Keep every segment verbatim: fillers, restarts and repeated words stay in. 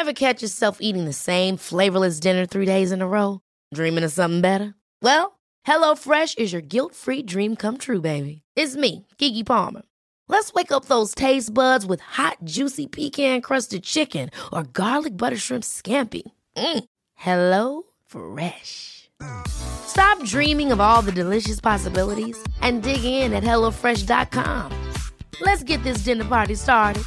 Ever catch yourself eating the same flavorless dinner three days in a row? Dreaming of something better? Well, HelloFresh is your guilt-free dream come true, baby. It's me, Keke Palmer. Let's wake up those taste buds with hot, juicy pecan-crusted chicken or garlic butter shrimp scampi. Mm. Hello Fresh. Stop dreaming of all the delicious possibilities and dig in at hello fresh dot com. Let's get this dinner party started.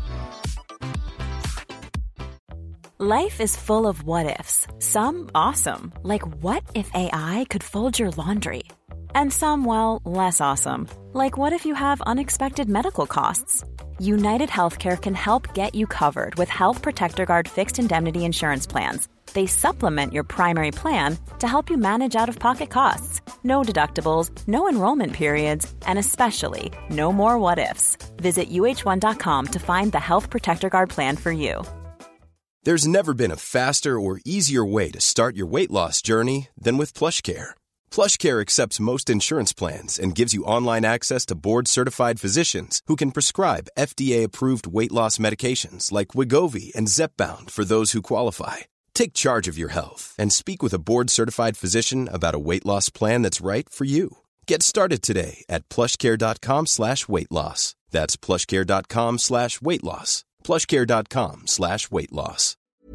Life is full of what-ifs. Some awesome, like what if A I could fold your laundry? And some, well, less awesome, like what if you have unexpected medical costs? United Healthcare can help get you covered with Health Protector Guard fixed indemnity insurance plans. They supplement your primary plan to help you manage out-of-pocket costs. No deductibles, no enrollment periods, and especially no more what-ifs. Visit U H one dot com to find the Health Protector Guard plan for you. There's never been a faster or easier way to start your weight loss journey than with PlushCare. PlushCare accepts most insurance plans and gives you online access to board-certified physicians who can prescribe F D A-approved weight loss medications like Wegovy and Zepbound for those who qualify. Take charge of your health and speak with a board-certified physician about a weight loss plan that's right for you. Get started today at plushcare.com slash weight loss. That's plushcare.com slash weight loss. plushcare.com slash weight loss.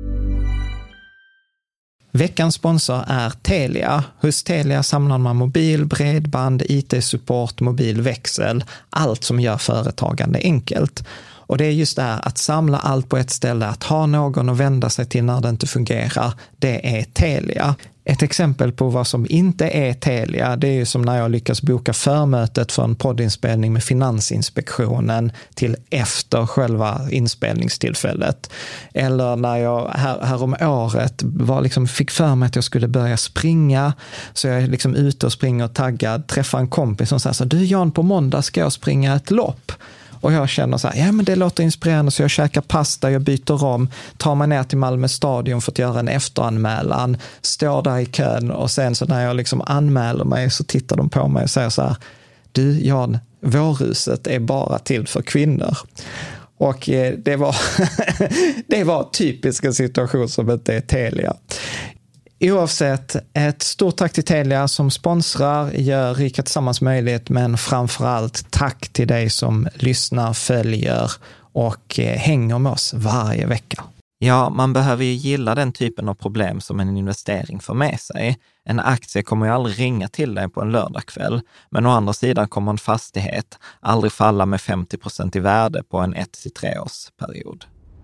Veckans sponsor är Telia. Hos Telia samlar man mobil, bredband, I T-support, mobilväxel, allt som gör företagande enkelt. Och det är just det här att samla allt på ett ställe, att ha någon att vända sig till när det inte fungerar, det är Telia. Ett exempel på vad som inte är Telia, det är ju som när jag lyckas boka förmötet för en poddinspelning med Finansinspektionen till efter själva inspelningstillfället. Eller när jag här, här om året var liksom, fick för mig att jag skulle börja springa, så jag är liksom ute och springer och taggad, träffar en kompis som säger så här, du Jan, på måndag ska jag springa ett lopp. Och jag känner så här, ja men det låter inspirerande, så jag käkar pasta, jag byter om, tar mig ner till Malmö stadion för att göra en efteranmälan, står där i kön, och sen så när jag liksom anmäler mig så tittar de på mig och säger så här, du Jan, vårhuset är bara till för kvinnor. Och det var det var typisk en situation som inte är Telia. Oavsett, ett stort tack till Telia som sponsrar, gör Rika Tillsammans möjligt, men framförallt tack till dig som lyssnar, följer och hänger med oss varje vecka. Ja, man behöver ju gilla den typen av problem som en investering för med sig. En aktie kommer ju aldrig ringa till dig på en lördagkväll, men å andra sidan kommer en fastighet aldrig falla med femtio procent i värde på en ett till tre års period.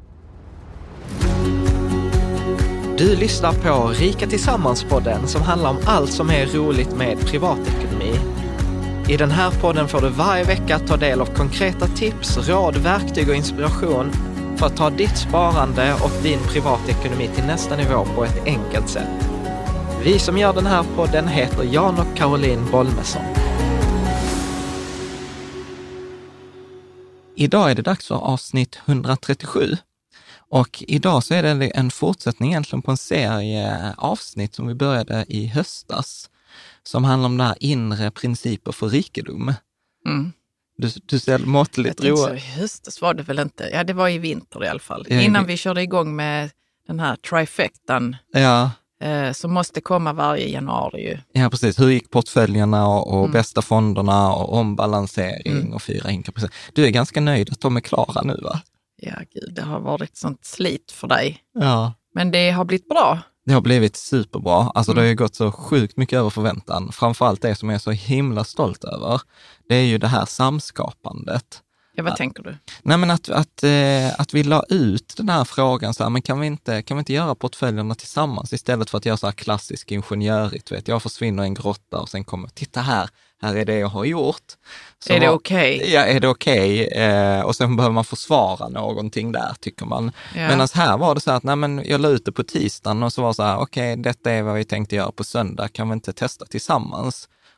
Du lyssnar på Rika Tillsammans-podden som handlar om allt som är roligt med privatekonomi. I den här podden får du varje vecka ta del av konkreta tips, råd, verktyg och inspiration för att ta ditt sparande och din privatekonomi till nästa nivå på ett enkelt sätt. Vi som gör den här podden heter Jan och Caroline Bolmesson. Idag är det dags för avsnitt etthundratrettiosju. Och idag så är det en fortsättning egentligen på en serie avsnitt som vi började i höstas, som handlar om det här inre principer för rikedom. Mm. Du, du ser måttligt road. I höstas var det väl inte, ja det var i vinter i alla fall. Ja, innan vi körde igång med den här trifectan, ja. eh, som måste komma varje januari ju. Ja precis, hur gick portföljerna och, och mm. bästa fonderna och ombalansering mm. och fyra inkar. Du är ganska nöjd att de är klara nu, va? Ja, gud, det har varit sånt slit för dig. Ja. Men det har blivit bra. Det har blivit superbra. Alltså mm. det har ju gått så sjukt mycket över förväntan. Framförallt det som jag är så himla stolt över, det är ju det här samskapandet. Ja, vad att, tänker du? Nej, men att, att, eh, att vi la ut den här frågan så här, men kan vi inte, kan vi inte göra portföljerna tillsammans istället för att göra så här klassisk ingenjörigt, vet jag försvinner i en grotta och sen kommer, titta här, här är det jag har gjort. Så är det var, okej? Okay? Ja, är det okej? Okay? Eh, och sen behöver man försvara någonting där, tycker man. Ja. Medan här var det så här att nej, men jag la ut det på tisdagen och så var det så här, okej, okay, detta är vad vi tänkte göra på söndag, kan vi inte testa tillsammans?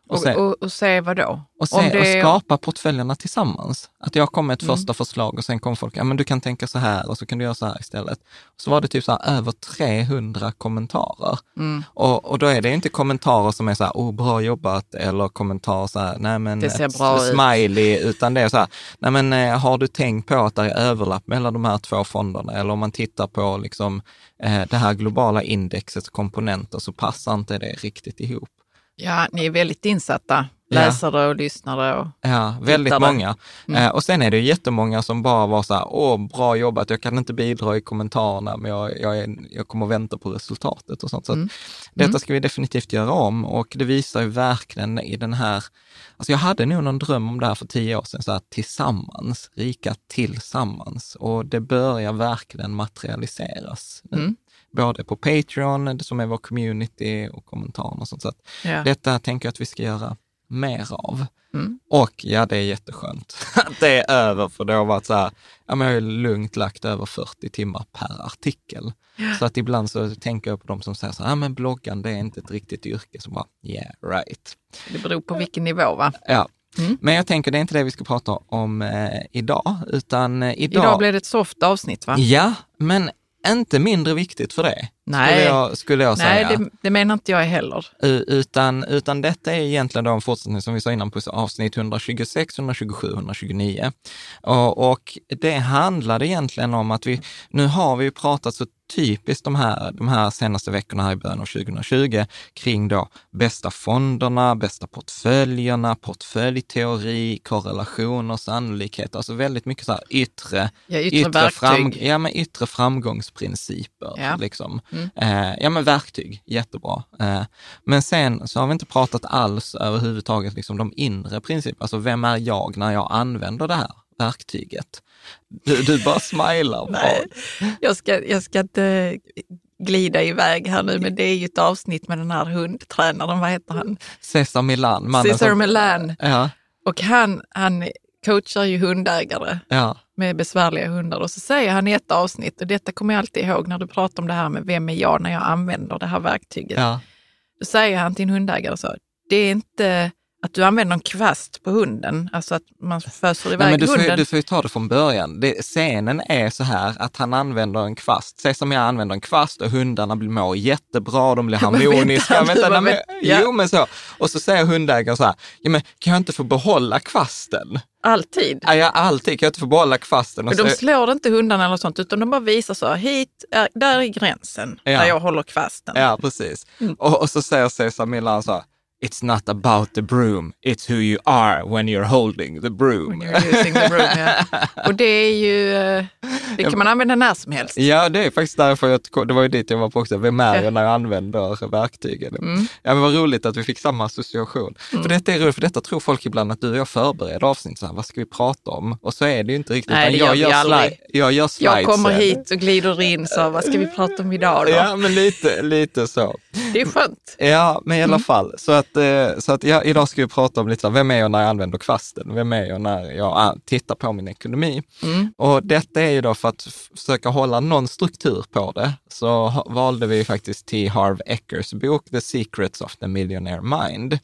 Och, se, och, och se vad då? Och, se, det... och skapa portföljerna tillsammans. Att jag kom med ett mm. första förslag och sen kom folk, ja men du kan tänka så här och så kan du göra så här istället. Så var det typ så här över trehundra kommentarer. Mm. Och, och då är det inte kommentarer som är så här, oh bra jobbat, eller kommentarer så här, nej men det ser ett bra smiley, ut. Utan det är så här, nej men har du tänkt på att det är överlapp mellan de här två fonderna? Eller om man tittar på liksom eh, det här globala indexets komponenter så passar inte det riktigt ihop. Ja, ni är väldigt insatta, läsare och lyssnare. Och ja, väldigt tittare. många. Mm. Eh, och sen är det ju jättemånga som bara var så här, åh, bra jobbat, jag kan inte bidra i kommentarerna, men jag, jag, är, jag kommer vänta på resultatet och sånt. Så mm. att detta mm. ska vi definitivt göra om, och det visar ju verkligen i den här, alltså jag hade nog någon dröm om det här för tio år sedan, så här tillsammans, rika tillsammans, och det börjar verkligen materialiseras nu. Mm. Både på Patreon, som är vår community, och kommentarer och sånt. Så att ja. Detta tänker jag att vi ska göra mer av. Mm. Och ja, det är jätteskönt att det är över, för det har varit så här, ja, men jag har ju lugnt lagt över fyrtio timmar per artikel. Ja. Så att ibland så tänker jag på dem som säger så här, ja men bloggan, det är inte ett riktigt yrke. Så bara, yeah, right. Det beror på vilken nivå, va? Ja. Mm. Men jag tänker det är inte det vi ska prata om eh, idag, utan eh, idag... Idag blir det ett soft avsnitt, va? Ja, men inte mindre viktigt för det, Nej. skulle jag, skulle jag Nej, säga. Det, det menar inte jag heller. Utan, utan detta är egentligen då en fortsättning som vi sa innan på avsnitt etthundratjugosex, etthundratjugosju, etthundratjugonio. Och, och det handlade egentligen om att vi, nu har vi ju pratat så typiskt de här, de här senaste veckorna här i början av tjugohundratjugo kring då bästa fonderna, bästa portföljerna, portföljteori, korrelationer, sannolikhet, alltså väldigt mycket så här yttre, ja, yttre, yttre, fram, ja, men yttre framgångsprinciper. Ja. Liksom. Mm. Eh, ja, men verktyg, jättebra. Eh, men sen så har vi inte pratat alls överhuvudtaget liksom de inre principerna, alltså vem är jag när jag använder det här verktyget? Du, du bara smilar. Nej, jag ska, jag ska inte glida iväg här nu, men det är ju ett avsnitt med den här hundtränaren, vad heter han? Cesar Millan. Cesar som... Millan. Ja. Och han, han coachar ju hundägare ja. med besvärliga hundar, och så säger han i ett avsnitt, och detta kommer jag alltid ihåg när du pratar om det här med vem är jag när jag använder det här verktyget. Ja. Då säger han till en hundägare så, det är inte att du använder en kvast på hunden, alltså att man föser iväg. Nej, men du hunden. Får, du får ju ta det från början. Det, scenen är så här att han använder en kvast. Säg som jag använder en kvast och hundarna blir mår jättebra, de blir harmoniska. Men vänta, vänta, men, ja. Jo, men så. Och så säger hundägaren så här, ja, men kan jag inte få behålla kvasten? Alltid? Ja, jag alltid. Kan jag inte få behålla kvasten? Men de slår inte hundarna eller sånt, utan de bara visar så här, hit, är, där är gränsen, ja. Där jag håller kvasten. Ja, precis. Mm. Och, och så säger Cesar Millan så här, it's not about the broom, it's who you are when you're holding the broom. When you're using the broom, ja. Och det är ju, det kan man använda när som helst. Ja, det är faktiskt därför jag, det var ju dit jag var på också, vem är jag när jag använder verktygen. Mm. Ja, men vad roligt att vi fick samma association. Mm. För detta är roligt, för detta tror folk ibland att du och jag förbereder avsnitt, så här, vad ska vi prata om? Och så är det ju inte riktigt. Nej, det gör jag, gör sli- jag gör slides. Jag kommer hit och glider in, så vad ska vi prata om idag då? Ja, men lite, lite så. Det är skönt. Ja, men i alla mm. fall. Så att, så att ja, idag ska vi prata om lite så här, vem är jag när jag använder kvasten? Vem är jag när jag tittar på min ekonomi? Mm. Och detta är ju då för att f- försöka hålla någon struktur på det, så ha, valde vi faktiskt T. Harv Ekers bok The Secrets of the Millionaire Mind.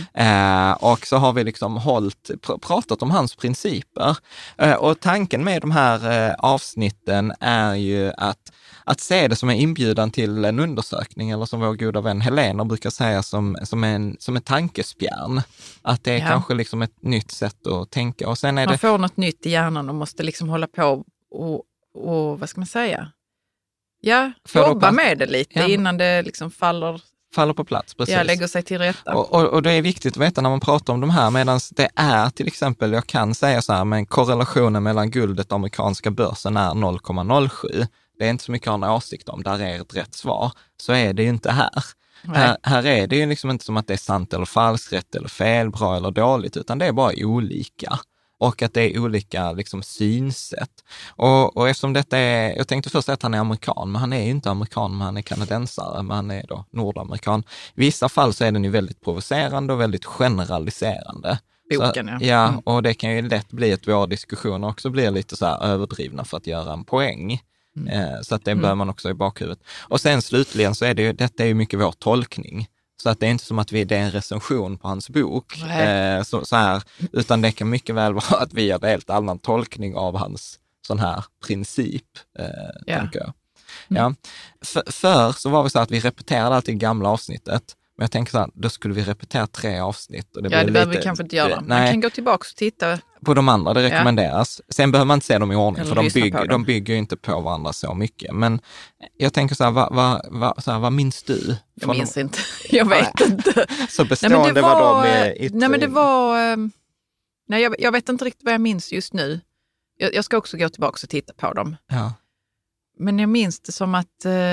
Mm. Eh, och så har vi liksom hållit, pr- pratat om hans principer. Eh, och tanken med de här eh, avsnitten är ju att Att se det som en inbjudan till en undersökning, eller som vår goda vän Helena brukar säga, som, som, en, som en tankespjärn. Att det är ja. kanske liksom ett nytt sätt att tänka. Och sen är man det... får något nytt i hjärnan och måste liksom hålla på och, och vad ska man säga? Ja, För jobba med det lite ja. innan det liksom faller... faller på plats, precis. Ja, lägger sig till rätta. Och, och, och det är viktigt att veta när man pratar om de här, medan det är till exempel, jag kan säga så här, men korrelationen mellan guldet och amerikanska börsen är noll komma noll sju. Det är inte så mycket att ha en åsikt om, där är ett rätt svar. Så är det ju inte här. Här, här är det ju liksom inte som att det är sant eller falskt, rätt eller fel, bra eller dåligt, utan det är bara olika. Och att det är olika liksom, synsätt. Och, och eftersom detta är, jag tänkte först att han är amerikan, men han är ju inte amerikan, men han är kanadensare, men han är då nordamerikan. I vissa fall så är den ju väldigt provocerande och väldigt generaliserande. Boken, så, ja. Mm. Och det kan ju lätt bli att våra diskussioner också blir lite så här överdrivna för att göra en poäng. Mm. Så att det bör man också i bakhuvudet. Och sen slutligen så är det ju, detta är ju mycket vår tolkning. Så att det är inte som att vi, det är en recension på hans bok. Eh, så, så här, utan det kan mycket väl vara att vi har en helt annan tolkning av hans sån här princip, eh, ja. tänker jag. Mm. Ja. För, för så var det så att vi repeterade alltid gamla avsnittet. Men jag tänker så här, då skulle vi repetera tre avsnitt. Och det ja, det lite, behöver vi kanske inte göra. Man nej, kan gå tillbaka och titta. På de andra, det rekommenderas. Ja. Sen behöver man inte se dem i ordning, eller för de bygger, de bygger ju inte på varandra så mycket. Men jag tänker så här, vad, vad, vad, så här, vad minns du? Jag minns de... inte. Jag vet nej. inte. Så bestående nej, det var, var de i... Nej, men det var... Nej, jag, jag vet inte riktigt vad jag minns just nu. Jag, jag ska också gå tillbaka och titta på dem. Ja. Men jag minns det som att... Uh...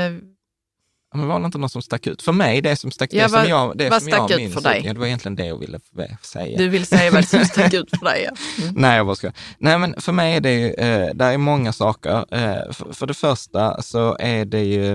Men var det inte något som stack ut? För mig, det som stack, ja, det vad, som jag, det vad som stack jag ut minns, för dig? Ja, det var egentligen det jag ville säga. Du vill säga vad som stack ut för dig, ja. Mm. Nej, jag bara ska. Nej, men för mig är det ju, eh, där är många saker. Eh, för, för det första så är det ju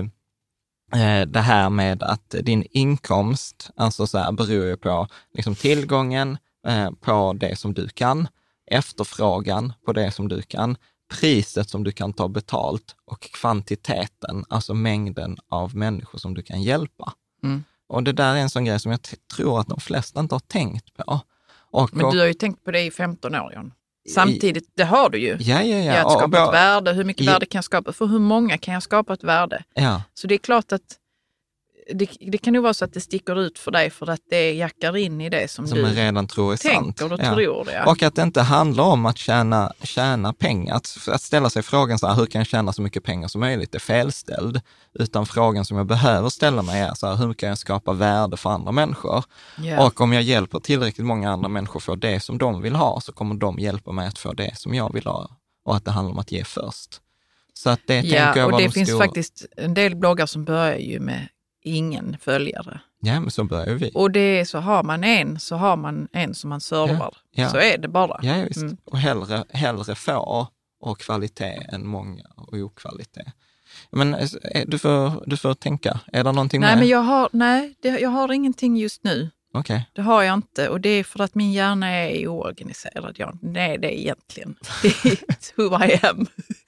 eh, det här med att din inkomst, alltså så här, beror ju på liksom tillgången eh, på det som du kan, efterfrågan på det som du kan, priset som du kan ta betalt och kvantiteten, alltså mängden av människor som du kan hjälpa. Mm. Och det där är en sån grej som jag t- tror att de flesta inte har tänkt på. Och, men du har ju tänkt på det i femton år, John. Samtidigt, det har du ju. Ja, ja, ja. Att skapa och, och, ett värde, hur mycket ja. värde kan jag skapa? För hur många kan jag skapa ett värde? Ja. Så det är klart att det, det kan ju vara så att det sticker ut för dig för att det jackar in i det som, som du redan tror är sant. tänker och ja. tror. Ja. Och att det inte handlar om att tjäna, tjäna pengar. Att, att ställa sig frågan så här, hur kan jag tjäna så mycket pengar som möjligt är felställd. Utan frågan som jag behöver ställa mig är så här, hur kan jag skapa värde för andra människor? Ja. Och om jag hjälper tillräckligt många andra människor för det som de vill ha, så kommer de hjälpa mig att få det som jag vill ha. Och att det handlar om att ge först. Så att det ja, tänker jag och var det de finns stora... faktiskt en del bloggar som börjar ju med ingen följare. Ja, men så börjar vi. Och det är så, har man en så har man en som man servar. Ja, ja. Så är det bara. Ja, visst. Mm. Och hellre, hellre få och kvalitet än många och okvalitet. Men du får, du får tänka, är det någonting nej, med? Men jag har, nej, det, jag har ingenting just nu. Okay. Det har jag inte, och det är för att min hjärna är oorganiserad. Ja, det är det egentligen. Det är who I am.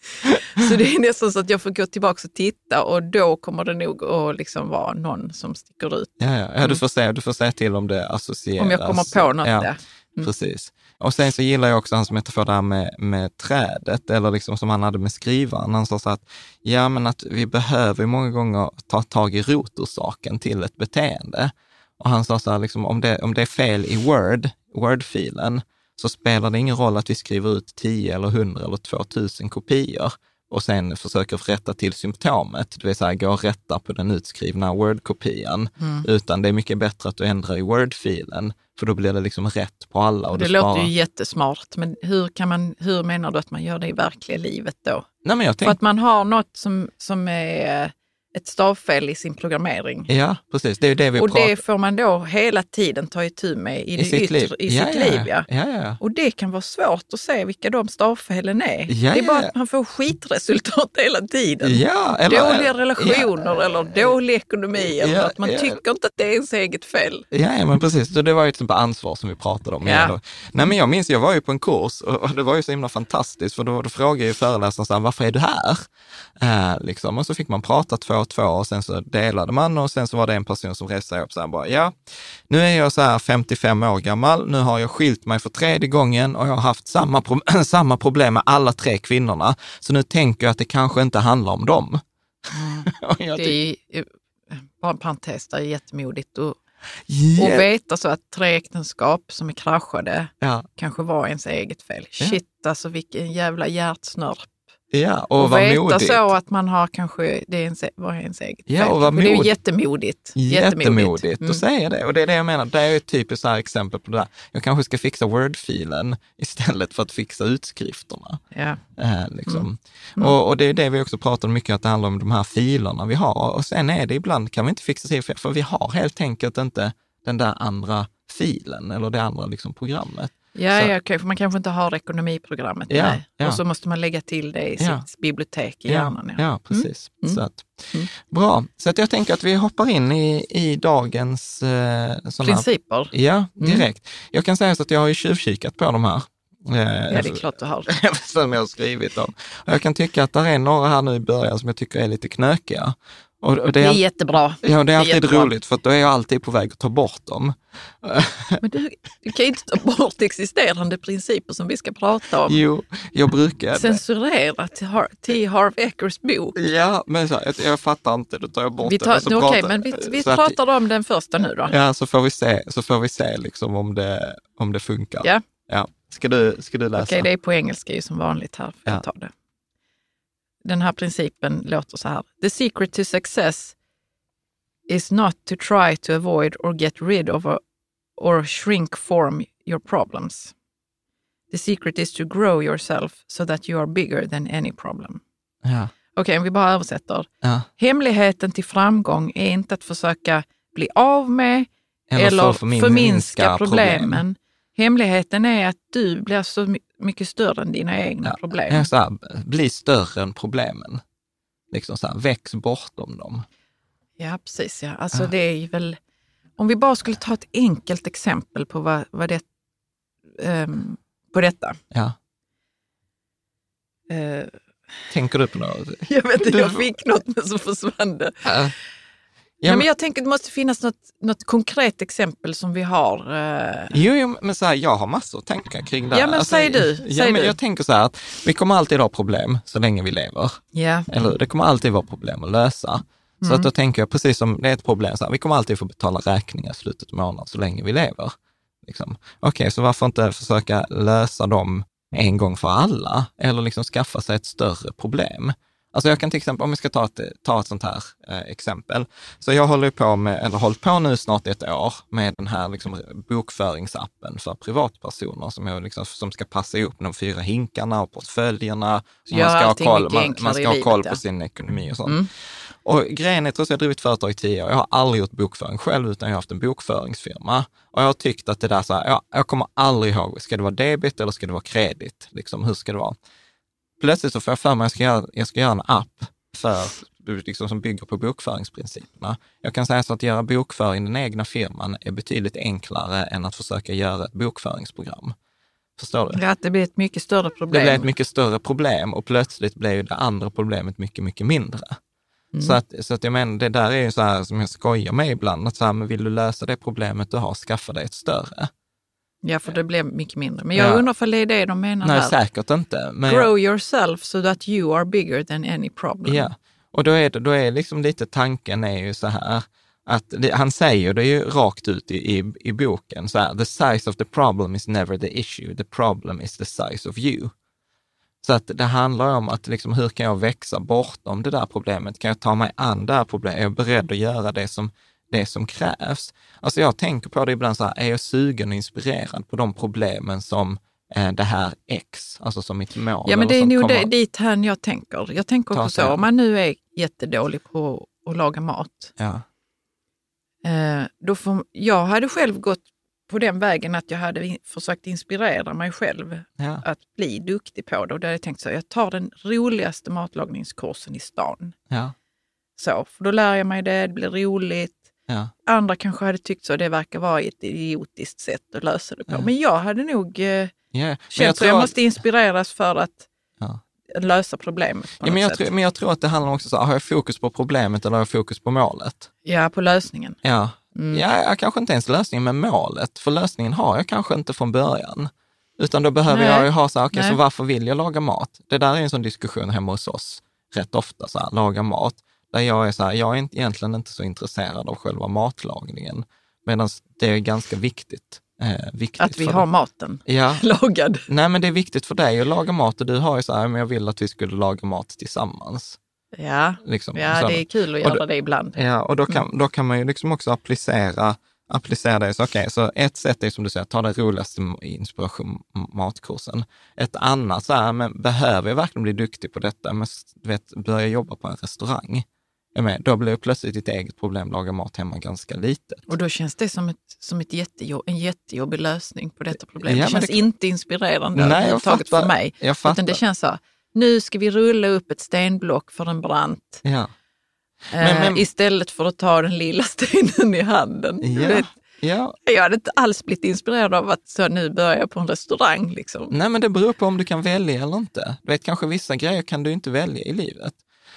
Så det är nästan så att jag får gå tillbaka och titta, och då kommer det nog att liksom vara någon som sticker ut. Ja, ja. ja du, får se, du får säga till om det associeras. Om jag kommer på något ja, där. Mm. Precis. Och sen så gillar jag också hans metafor där med, med trädet, eller liksom som han hade med skrivaren. Han sa så att, ja, men att vi behöver många gånger ta tag i rotorsaken till ett beteende. Och han sa så här, liksom, om, det, om det är fel i Word, Word-filen, så spelar det ingen roll att vi skriver ut tio eller hundra eller tvåtusen kopior och sen försöker rätta till symptomet, det vill säga gå och rätta på den utskrivna Word-kopian. Mm. Utan det är mycket bättre att du ändrar i Word-filen, för då blir det liksom rätt på alla. Och det sparar... låter ju jättesmart, men hur, kan man, hur menar du att man gör det i verkliga livet då? Nej, men jag tänk... För att man har något som, som är ett stavfel i sin programmering. Ja, precis. Det är ju det vi och pratar. Det får man då hela tiden ta itu med i, I det sitt yttre, liv. I ja, sitt ja. liv. Ja. Ja, ja. Och det kan vara svårt att se vilka de stavfelen är. Ja, det är bara ja. att man får skitresultat hela tiden. Ja, eller, dåliga relationer ja. eller dålig ekonomi. Eller ja, att man ja. tycker inte att det är ens eget fel. Ja, ja men precis. Så det var ju ett sånt ansvar som vi pratade om. Ja. Nej, men jag minns, jag var ju på en kurs och det var ju så himla fantastiskt, för då, då frågade ju föreläsaren så här, varför är du här? Eh, liksom. Och så fick man prata två och två och sen så delade man, och sen så var det en person som reste sig upp så här bara, ja, nu är jag så här femtiofem år gammal, nu har jag skilt mig för tredje gången och jag har haft samma, pro- samma problem med alla tre kvinnorna, så nu tänker jag att det kanske inte handlar om dem. Mm. det är ju, bara en parentes, det är jättemodigt och Yeah. Och veta så att tre äktenskap som är kraschade ja. kanske var ens eget fel. Ja. Shit, alltså vilken jävla hjärtsnörp. Ja, och, och vad veta modigt. så att man har kanske, det är ens, var ens eget ja, fel. och vad det är ju mod... jättemodigt. Jättemodigt, jättemodigt mm. att säga det. Och det är det jag menar, det är ju ett typiskt så här exempel på det där. Jag kanske ska fixa Word-filen istället för att fixa utskrifterna. Ja. Äh, liksom. mm. Mm. Och, och det är det vi också pratar mycket, att det handlar om de här filerna vi har. Och sen är det ibland, kan vi inte fixa det, för vi har helt enkelt inte den där andra filen eller det andra liksom programmet. Ja, ja okay, för man kanske inte har ekonomiprogrammet. Ja, ja. Och så måste man lägga till det i ja. sitt bibliotek i ja, hjärnan. Ja, ja precis. Mm. Så att, mm. Bra, så att jag tänker att vi hoppar in i, i dagens eh, såna, principer. Ja, direkt. Mm. Jag kan säga så att jag har ju tjuvkikat på de här. Eh, ja, det är klart du har. Som jag har skrivit om. Och jag kan tycka att det är några här nu i början som jag tycker är lite knökiga. Och, och det, är det är jättebra. Ja, det är alltid det är roligt för att då är jag alltid på väg att ta bort dem. Men du, du kan ju inte ta bort existerande principer som vi ska prata om. Jo, jag brukar. Censurera till, Har- till Harv Ekers bok. Ja, men så här, jag, jag fattar inte, då tar jag bort vi tar, det. Okej, okay, men vi, vi pratar att, om den första nu då. Ja, så får vi se, så får vi se liksom om det, om det funkar. Ja. Ja. Ska du, ska du läsa? Okej, okay, det är på engelska ju som vanligt här. Får ja. jag ta det. Den här principen låter så här. The secret to success is not to try to avoid or get rid of a, or shrink form your problems. The secret is to grow yourself so that you are bigger than any problem. Ja. Okej, okay, om vi bara översätter. Ja. Hemligheten till framgång är inte att försöka bli av med eller, eller förminska, förminska problemen. Problem. Hemligheten är att du blir så mycket större än dina egna ja. problem. Ja, så här, bli större än problemen. Liksom så här, väx bortom dem. Ja, precis. Ja. Alltså ja. Det är väl, om vi bara skulle ta ett enkelt exempel på vad, vad det, um, på detta. Ja. Uh, Tänker du på något? Jag vet inte, jag fick något men så försvann det. Ja. Ja, men, men jag tänker att det måste finnas något, något konkret exempel som vi har. Uh... Jo, jo, men så här, jag har massor att tänka kring det. Ja, men alltså, säg du. Ja, säg men du. jag tänker så här att vi kommer alltid ha problem så länge vi lever. Ja. Eller det kommer alltid vara problem att lösa. Så Mm. att då tänker jag, precis som det är ett problem, så här, vi kommer alltid få betala räkningar i slutet av månaden så länge vi lever. Liksom. Okej, okay, så varför inte försöka lösa dem en gång för alla? Eller liksom skaffa sig ett större problem. Alltså jag kan till exempel, om vi ska ta ett, ta ett sånt här eh, exempel. Så jag håller på med, eller hållit på nu snart ett år med den här liksom, bokföringsappen för privatpersoner som, jag liksom, som ska passa ihop de fyra hinkarna och portföljerna. Så man ska ha koll, man, man ska ha koll på ja. sin ekonomi och sånt. Mm. Och grejen är, trots att jag har drivit företag i tio år, jag har aldrig gjort bokföring själv utan jag har haft en bokföringsfirma. Och jag har tyckt att det där så här, ja, jag kommer aldrig ihåg, ska det vara debit eller ska det vara kredit? Liksom, hur ska det vara? Plötsligt så får jag för mig att jag ska göra, jag ska göra en app för, liksom, som bygger på bokföringsprinciperna. Jag kan säga så att göra bokföring i den egna firman är betydligt enklare än att försöka göra ett bokföringsprogram. Förstår du? Ja, att det blir ett mycket större problem. Det blir ett mycket större problem och plötsligt blir ju det andra problemet mycket, mycket mindre. Mm. Så, att, så att jag menar, det där är ju så här som jag skojar med ibland, att så här, men vill du lösa det problemet du har, skaffa dig ett större. Ja, för det blev mycket mindre. Men jag ja. undrar om det är det de menar Nej, här. Nej, säkert inte. Men Grow jag... yourself so that you are bigger than any problem. Ja, och då är det, då är liksom lite tanken är ju så här, att det, han säger det ju rakt ut i, i, i boken så här, the size of the problem is never the issue, the problem is the size of you. Så att det handlar om att liksom, hur kan jag växa bortom det där problemet? Kan jag ta mig an det här problemet? Är jag beredd att göra det som det som krävs? Alltså jag tänker på det ibland så här, är jag sugen och inspirerad på de problemen som eh, det här X, alltså som mitt mål? Ja, men det är nog kommer... det, dit här jag tänker. Jag tänker också så, om man nu är jättedålig på att laga mat, ja. eh, då får, jag hade själv gått på den vägen att jag hade in, försökt inspirera mig själv ja. att bli duktig på det. Och där jag tänkt så, jag tar den roligaste matlagningskursen i stan. Ja. Så, för då lär jag mig det, det blir roligt. Ja. Andra kanske hade tyckt så, det verkar vara ett idiotiskt sätt att lösa det på. Ja. Men jag hade nog eh, yeah. känt att jag, jag måste inspireras för att ja. lösa problemet på ja, men, jag sätt. tror, men jag tror att det handlar också så, har jag fokus på problemet eller har jag fokus på målet? Ja, på lösningen. Ja, mm. ja jag kanske inte ens lösningen med målet, för lösningen har jag kanske inte från början. Utan då behöver Nej. jag ju ha så här, okej, okay, så varför vill jag laga mat? Det där är en sån diskussion hemma hos oss rätt ofta, så här, laga mat. Där jag är så här, jag är inte, egentligen inte så intresserad av själva matlagningen. Medan det är ganska viktigt. Eh, viktigt att vi har det. maten ja. lagad. Nej, men det är viktigt för dig att laga mat. Och du har ju så här, men jag vill att vi skulle laga mat tillsammans. Ja, liksom, ja det är kul att göra då, det ibland. Ja, och då kan, mm. då kan man ju liksom också applicera, applicera det. Så, okay, så ett sätt är som du säger, ta den roligaste inspiration matkursen. Ett annat så här, men behöver jag verkligen bli duktig på detta? Men du vet, börja jobba på en restaurang. Med. Då blir plötsligt ditt eget problem laga mat hemma ganska litet. Och då känns det som, ett, som ett jättejobb, en jättejobbig lösning på detta problem. Ja, det känns det... inte inspirerande Nej, överhuvudtaget för mig. Jag fattar. Utan det känns så, nu ska vi rulla upp ett stenblock för en brant. Ja. Eh, men, men... Istället för att ta den lilla stenen i handen. Ja. Vet, ja. Jag hade inte alls blivit inspirerad av att så, nu börjar jag på en restaurang. Liksom. Nej, men det beror på om du kan välja eller inte. Du vet, kanske vissa grejer kan du inte välja i livet.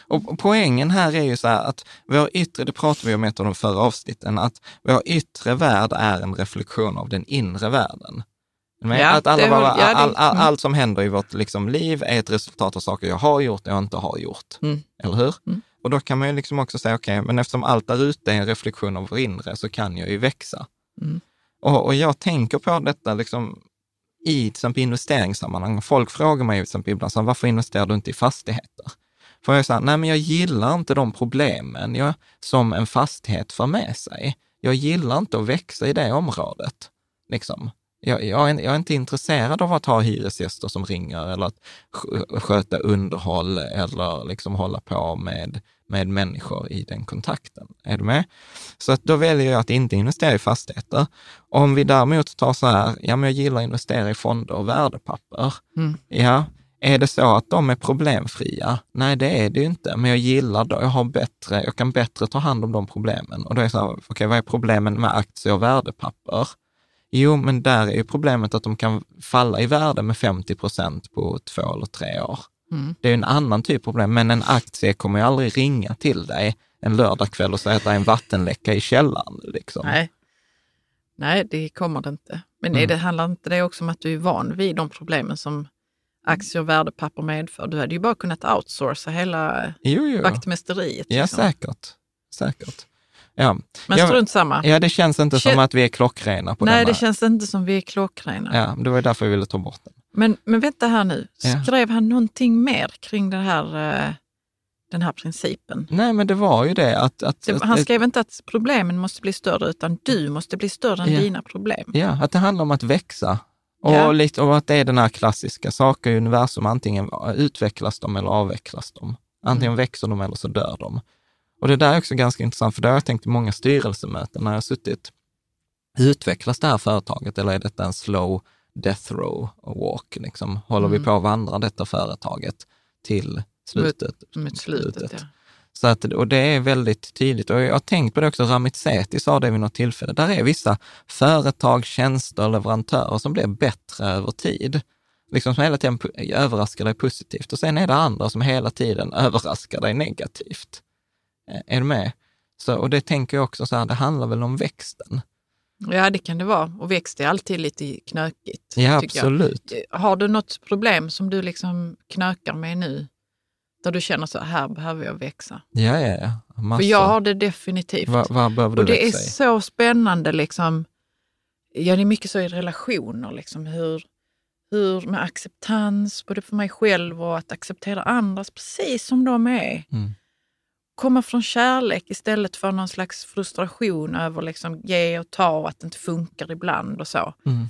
Och poängen här är ju så här att vår yttre, det pratade vi om i ett av de förra avsnitten, att vår yttre värld är en reflektion av den inre världen. Men ja, att alla det, våra, ja, det, all, all, mm. allt som händer i vårt liksom, liv är ett resultat av saker jag har gjort och jag inte har gjort. Mm. Eller hur? Mm. Och då kan man ju liksom också säga, okej, okay, men eftersom allt där ute är en reflektion av vår inre så kan jag ju växa. Mm. Och, och jag tänker på detta liksom i till exempel investeringssammanhang. Folk frågar mig till exempel ibland, så, varför investerar du inte i fastigheter? För jag säger, nej men jag gillar inte de problemen jag, som en fastighet för med sig. Jag gillar inte att växa i det området. Liksom. Jag, jag, är, jag är inte intresserad av att ha hyresgäster som ringer eller att sköta underhåll eller liksom hålla på med, med människor i den kontakten. Är du med? Så att då väljer jag att inte investera i fastigheter. Om vi däremot tar så här, ja men jag gillar att investera i fonder och värdepapper. Mm. Ja, är det så att de är problemfria? Nej, det är det ju inte. Men jag gillar då, jag har bättre, jag kan bättre ta hand om de problemen. Och då är det så här, okej, okay, vad är problemen med aktier och värdepapper? Jo, men där är ju problemet att de kan falla i värde med femtio procent på två eller tre år. Mm. Det är ju en annan typ av problem, men en aktie kommer ju aldrig ringa till dig en lördagkväll och säga att det är en vattenläcka i källaren. Liksom. Nej. Nej, det kommer det inte. Men mm. det handlar inte det också om att du är van vid de problemen som aktier och värdepapper medför? Du hade ju bara kunnat outsourca hela jo, jo. vaktmästeriet. Ja, liksom. säkert. Säkert. Ja. Men ja, strunt samma. Ja, det känns inte Kän... som att vi är klockrena på Nej, denna. det känns inte som vi är klockrena. Ja, det var därför vi ville ta bort den. Men, men vänta här nu. Ja. Skrev han någonting mer kring den här, den här principen? Nej, men det var ju det att... att, det, att han skrev inte att problemen måste bli större, utan du måste bli större än ja. dina problem. Ja, att det handlar om att växa. Och, ja. lite, och att det är den här klassiska saker i universum, antingen utvecklas de eller avvecklas de. Antingen mm. växer de eller så dör de. Och det där är också ganska intressant, för det har jag tänkt i många styrelsemöten när jag har suttit. Utvecklas det här företaget eller är detta en slow death row walk? Liksom, håller mm. vi på att vandra detta företaget till slutet? Med slutet, slutet. Ja. Så att, och det är väldigt tydligt. Och jag har tänkt på det också, Ramit Sethi sa det vid något tillfälle. Där är vissa företag, tjänster och leverantörer som blir bättre över tid. Liksom som hela tiden överraskar dig positivt. Och sen är det andra som hela tiden överraskar dig negativt. Är du med? Så, och det tänker jag också så här, det handlar väl om växten. Ja, det kan det vara. Och växt är alltid lite knökigt. Ja, absolut. Jag. Har du något problem som du liksom knökar med nu? Där du känner så här behöver jag växa. Ja, ja, ja. Massor. För jag har det definitivt. Vad va behöver du och det växa är i? Så spännande liksom. Ja, det är mycket så i relationer liksom. Hur, hur med acceptans, både för mig själv och att acceptera andras precis som de är. Mm. Komma från kärlek istället för någon slags frustration över liksom ge och ta och att det inte funkar ibland och så. Mm.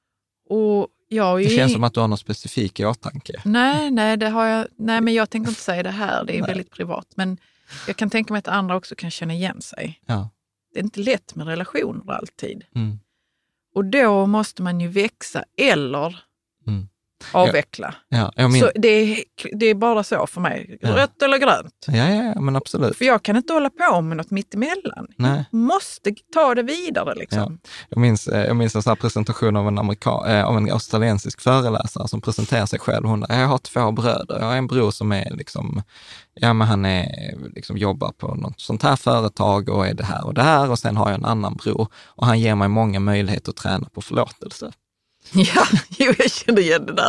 Och jag det är... känns som att du har något specifikt i åtanke. Nej, nej, det har jag... nej, men jag tänker inte säga det här. Det är nej. väldigt privat. Men jag kan tänka mig att andra också kan känna igen sig. Ja. Det är inte lätt med relationer alltid. Mm. Och då måste man ju växa eller mm. avveckla. Ja, jag min... Så det är, det är bara så för mig. Ja. Rött eller grönt. Ja, ja, men absolut. För jag kan inte hålla på med något mittemellan. Nej. Jag måste ta det vidare liksom. Ja. Jag minns, jag minns en sån här presentation av en, amerika, äh, av en australiensisk föreläsare som presenterar sig själv. Hon, jag har två bröder. Jag har en bror som är liksom, ja men han är, liksom, jobbar på något sånt här företag och är det här och det här. Och sen har jag en annan bror och han ger mig många möjligheter att träna på förlåtelse. Ja, jo, jag känner igen det där.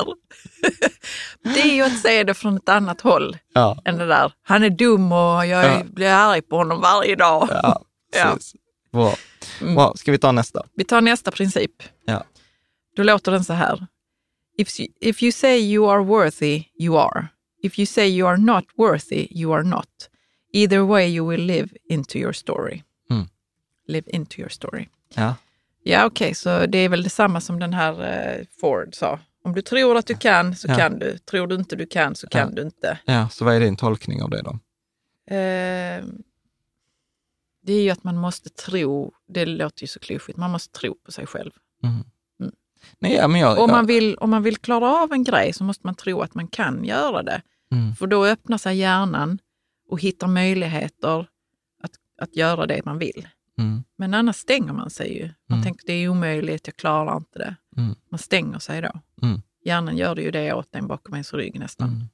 Det är ju att se det från ett annat håll ja. än det där. Han är dum och jag ja. blir arg på honom varje dag. Ja, precis. Ja. Bra. Bra. Ska vi ta nästa? Vi tar nästa princip. Ja. Då låter den så här. If you, if you say you are worthy, you are. If you say you are not worthy, you are not. Either way you will live into your story. Mm. Live into your story. Ja. Ja, okej, okay, så det är väl detsamma som den här eh, Ford sa. Om du tror att du kan så ja. kan du. Tror du inte du kan så kan ja. du inte. Ja, så vad är din tolkning av det då? Eh, det är ju att man måste tro, det låter ju så klyschigt, man måste tro på sig själv. Mm. Mm. Nej, ja, men jag, om, man vill, om man vill klara av en grej så måste man tro att man kan göra det. Mm. För då öppnar sig hjärnan och hittar möjligheter att, att göra det man vill. Mm. Men annars stänger man sig ju. Man mm. tänker det är omöjligt, jag klarar inte det. Mm. Man stänger sig då. Mm. Hjärnan gör det ju det åt en bakom ens rygg nästan. Mm.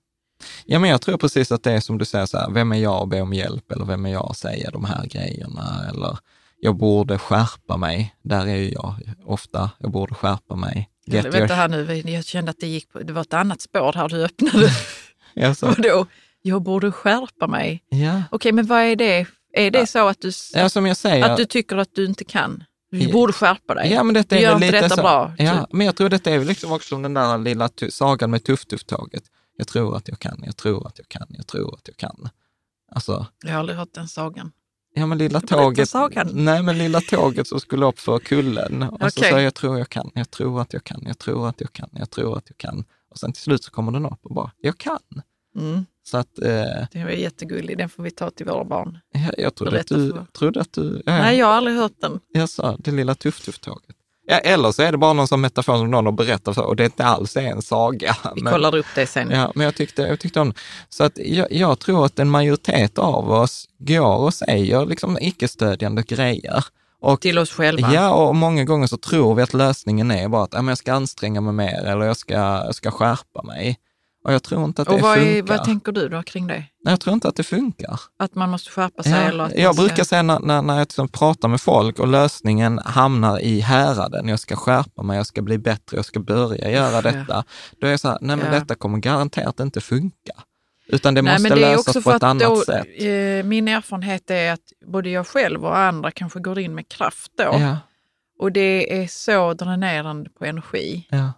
Ja, men jag tror precis att det är som du säger så här, vem är jag att be om hjälp, eller vem är jag att säga de här grejerna, eller jag borde skärpa mig, där är ju jag ofta, jag borde skärpa mig. Get vet your... här nu, jag kände att det gick på, det var ett annat spår här du öppnade. Ja, så. Och då, jag borde skärpa mig. Ja. Okej, men vad är det? Är det ja. så att du, ja, som jag säger, att du tycker att du inte kan? Du ja. borde skärpa dig. Ja, men detta du är gör väl inte lite detta så, bra. Ja, men jag tror detta är väl liksom också som den där lilla t- sagan med tuff-tuff-taget. Jag tror att jag kan, jag tror att jag kan, jag tror att jag kan. Alltså, jag har aldrig hört den sagan. Ja, men lilla tåget, nej, men lilla tåget som skulle upp för kullen. Och okay. så sa jag tror jag kan, jag tror att jag kan, jag tror att jag kan, jag tror att jag kan. Och sen till slut så kommer den upp och bara, jag kan. Mm. Så att, eh, det var jättegullig, den får vi ta till våra barn. Ja, jag trodde att, du, trodde att du... Ja, nej, jag har aldrig hört den. Jag sa, det lilla tuff-tuff-tåget. Ja, eller så är det bara någon som metafor som någon har berättat för, och det är inte alls en saga. Vi men, kollar upp det sen. Ja, men jag tyckte, jag tyckte om... Så att jag, jag tror att en majoritet av oss går och säger liksom icke-stödjande grejer. Och, till oss själva. Ja, och många gånger så tror vi att lösningen är bara att ja, men jag ska anstränga mig mer, eller jag ska, jag ska skärpa mig. Och jag tror inte att det och vad funkar. Är, vad tänker du då kring det? Nej, jag tror inte att det funkar. Att man måste skärpa sig? Ja, eller att jag ska... brukar säga när, när, när jag liksom pratar med folk och lösningen hamnar i häraden, jag ska skärpa mig, jag ska bli bättre, jag ska börja göra detta. Ja. Då är jag så här, nej men ja. detta kommer garanterat inte funka. Utan det nej, måste det lösas på ett annat då, sätt. Eh, min erfarenhet är att både jag själv och andra kanske går in med kraft då. Ja. Och det är så dränerande på energi. Ja.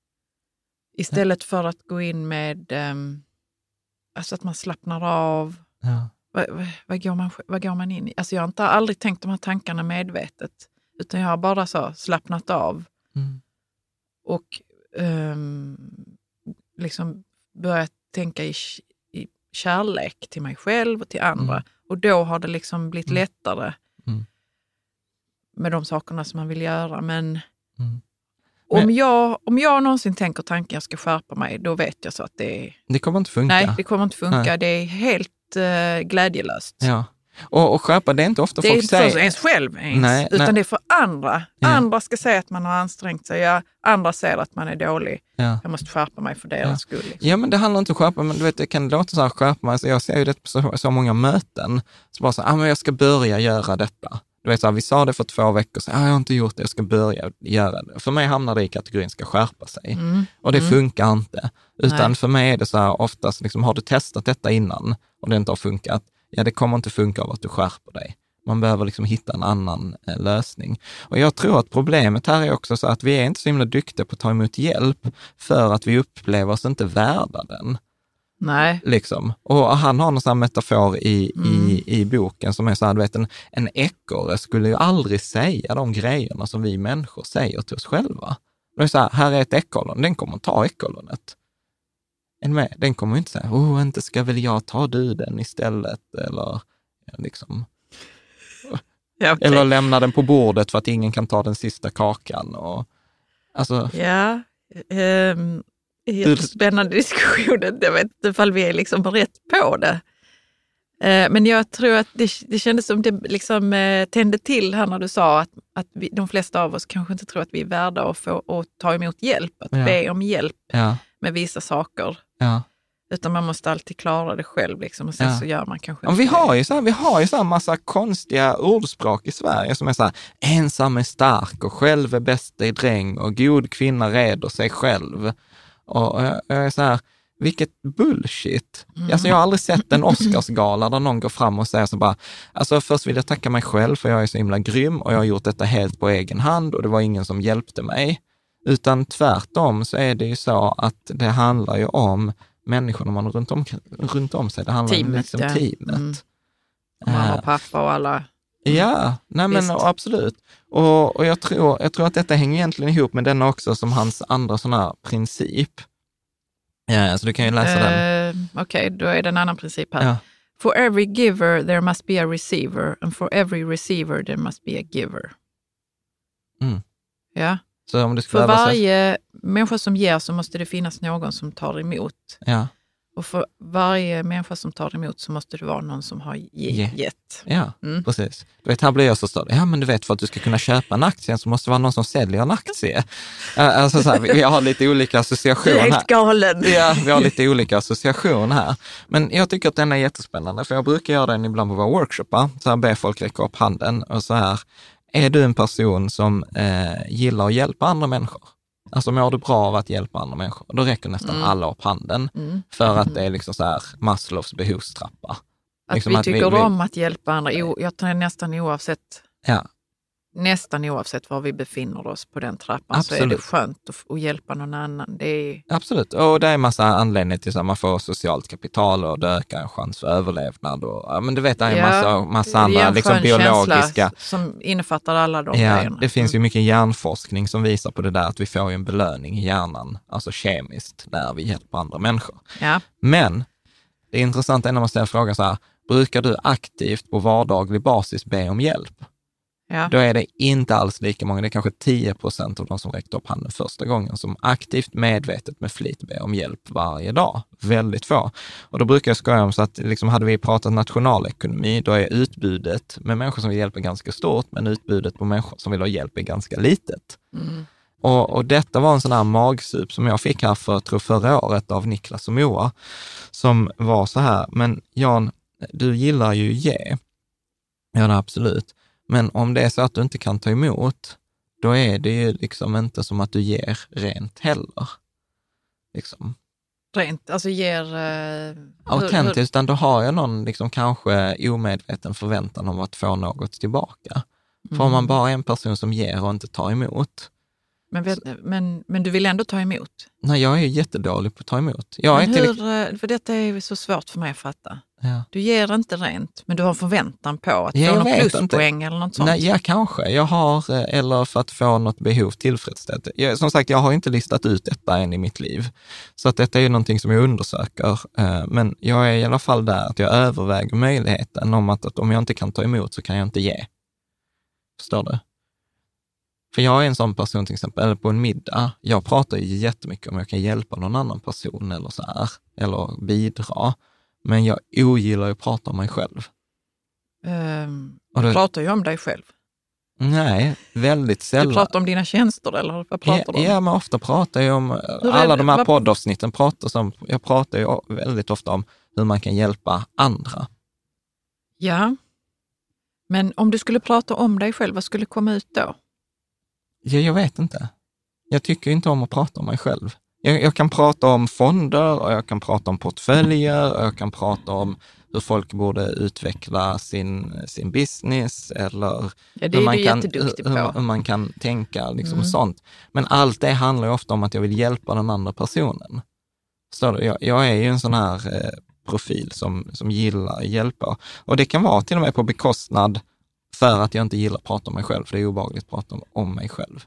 Istället ja. för att gå in med um, alltså att man slappnar av. Ja. Vad, vad, vad, går man, vad går man in i? Alltså jag har inte aldrig tänkt de här tankarna medvetet. Utan jag har bara så slappnat av. Mm. Och um, liksom börjat tänka i, i kärlek till mig själv och till andra. Mm. Och då har det liksom blivit mm. lättare mm. med de sakerna som man vill göra. Men... Mm. Om jag, om jag någonsin tänker tanken jag ska skärpa mig, då vet jag så att det är... Det kommer inte funka. Nej, det kommer inte funka. Nej. Det är helt uh, glädjelöst. Ja. Och, och skärpa, det är inte ofta det folk säger... Det är inte för ens själv ens, nej, utan nej. det är för andra. Ja. Andra ska säga att man har ansträngt sig. Ja, andra säger att man är dålig. Ja. Jag måste skärpa mig för deras ja. skull. Liksom. Ja, men det handlar inte om skärpa, men du vet, det kan låta så här skärpa mig. Så jag ser ju det på så, så många möten. Så bara så här, ah, men jag ska börja göra detta. Du vet, så här, vi sa det för två veckor sedan, ah, jag har inte gjort det, jag ska börja göra det. För mig hamnar det i kategorin ska skärpa sig. Mm. Och det mm. funkar inte. Utan Nej. för mig är det så här, oftast, liksom, har du testat detta innan och det inte har funkat, ja det kommer inte funka av att du skärper dig. Man behöver liksom hitta en annan eh, lösning. Och jag tror att problemet här är också så att vi är inte så himla duktiga på att ta emot hjälp för att vi upplever oss inte värda den. Nej. Liksom. Och han har någon sån här metafor i, mm. i, i boken som är så här, du vet, en, en ekorre skulle ju aldrig säga de grejerna som vi människor säger till oss själva. Det är så här, här är ett ekorron, den kommer att ta ekorronet. En med, den kommer ju inte säga, oh, inte ska väl jag ta du den istället, eller ja, liksom... Ja, okay. Eller lämna den på bordet för att ingen kan ta den sista kakan. Och, alltså, ja, um, jättespännande diskussion. Jag vet inte ifall vi är liksom rätt på det. Uh, men jag tror att det, det kändes som det liksom uh, tände till här när du sa att, att vi, de flesta av oss kanske inte tror att vi är värda att få att ta emot hjälp. Att ja. be om hjälp ja. med vissa saker. Ja. Utan man måste alltid klara det själv liksom, och sen ja. så gör man kanske... Ja, vi har ju så här, vi har ju så här massa konstiga ordspråk i Sverige som är så här, ensam är stark och själv är bästa i dräng och god kvinna reder sig själv. Och jag är så här, vilket bullshit. Mm. Alltså jag har aldrig sett en Oscarsgala där någon går fram och säger så bara, alltså först vill jag tacka mig själv för jag är så himla grym och jag har gjort detta helt på egen hand och det var ingen som hjälpte mig. Utan tvärtom så är det ju så att det handlar ju om människorna man runt om, runt om sig. Det handlar teamet, om liksom ja. teamet. Mm. Och mamma och pappa och alla. Ja, nej men och absolut. Och, och jag, tror, jag tror att detta hänger egentligen ihop med den också som hans andra sån här princip. Ja, så du kan ju läsa uh, den. Okej, okay, då är det en annan princip här. Ja. For every giver there must be a receiver and for every receiver there must be a giver. Mm. Ja. Så om du För varje människa som ger så måste det finnas någon som tar emot. Ja. Och för varje människa som tar emot så måste det vara någon som har ge- gett. Ja, Mm. precis. Du vet, här blir jag så störd. Ja, men du vet, för att du ska kunna köpa en aktie så måste det vara någon som säljer en aktie. Alltså så här, vi har lite olika associationer här. Helt galen. Ja, vi har lite olika associationer här. Men jag tycker att den är jättespännande, för jag brukar göra den ibland på våra workshoppar. Så här ber folk räcka upp handen och så här, är du en person som eh, gillar att hjälpa andra människor? Alltså mår du bra av att hjälpa andra människor? Då räcker nästan mm. alla upp handen. Mm. För att det är liksom så här Maslows behovstrappa. Att liksom vi att tycker vi, om att hjälpa andra. Jo, jag tror nästan oavsett, ja. nästan oavsett var vi befinner oss på den trappan. Absolut. Så är det skönt att, att hjälpa någon annan. Det är... Absolut, och det är en massa anledningar till att man får socialt kapital och det ökar en chans för överlevnad. Och, ja, men du vet, det är en massa, ja, massa andra liksom, biologiska... som innefattar alla de ja, grejerna. Det finns ju mycket hjärnforskning som visar på det där att vi får en belöning i hjärnan, alltså kemiskt, när vi hjälper andra människor. Ja. Men det är intressant när man ställer frågan så här, brukar du aktivt på vardaglig basis be om hjälp? Ja. Då är det inte alls lika många, det är kanske tio procent av de som räckte upp handen första gången som aktivt medvetet med flit ber om hjälp varje dag. Väldigt få. Och då brukar jag skoja om så att liksom hade vi pratat nationalekonomi, då är utbudet med människor som vill hjälpa ganska stort, men utbudet på människor som vill ha hjälp är ganska litet. Mm. Och, och detta var en sån här magsup som jag fick här för, tror förra året av Niklas och Moa, som var så här, men Jan, du gillar ju ge. Ja, det absolut. Men om det är så att du inte kan ta emot, då är det ju liksom inte som att du ger rent heller. Liksom. Rent, alltså ger... Uh, Autentiskt, hur... utan då har jag någon liksom kanske omedveten förväntan om att få något tillbaka. Mm. För om man bara är en person som ger och inte tar emot. Men, vet, men, men du vill ändå ta emot? Nej, jag är ju jättedålig på att ta emot. Jag men är hur, till... För detta är så svårt för mig att fatta. Ja. Du ger inte rent, men du har förväntan på att ja, få någon pluspoäng inte. Eller något sånt. Nej, ja, kanske. Jag har, eller för att få något behov tillfredsställt. Jag, som sagt, jag har inte listat ut detta än i mitt liv. Så att detta är ju någonting som jag undersöker. Men jag är i alla fall där att jag överväger möjligheten om att, att om jag inte kan ta emot så kan jag inte ge. Förstår du? För jag är en sån person till exempel, eller på en middag, jag pratar ju jättemycket om jag kan hjälpa någon annan person eller så här, eller bidra. Men jag ogillar ju att prata om mig själv. Um, du du pratar ju om dig själv. Nej, väldigt sällan. Du pratar om dina tjänster eller vad pratar ja, du om? Ja, men ofta pratar jag om, alla de här vad... poddavsnitten pratar som, jag pratar ju väldigt ofta om hur man kan hjälpa andra. Ja, men om du skulle prata om dig själv, vad skulle komma ut då? Ja, jag vet inte. Jag tycker inte om att prata om mig själv. Jag, jag kan prata om fonder och jag kan prata om portföljer och jag kan prata om hur folk borde utveckla sin, sin business eller ja, det hur, är man du kan, jätteduktig hur, på. hur man kan tänka, liksom mm. sånt. Men allt det handlar ju ofta om att jag vill hjälpa den andra personen. Så jag, jag är ju en sån här eh, profil som, som gillar att hjälpa. Och det kan vara till och med på bekostnad för att jag inte gillar att prata om mig själv, för det är obehagligt att prata om, om mig själv.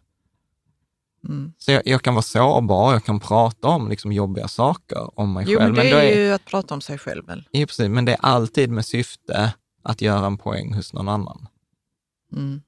Mm. Så jag, jag kan vara sårbar, jag kan prata om liksom jobbiga saker om mig jo, själv. Jo, men det men är är ju att prata om sig själv väl? Ja, precis, men det är alltid med syfte att göra en poäng hos någon annan. Mm.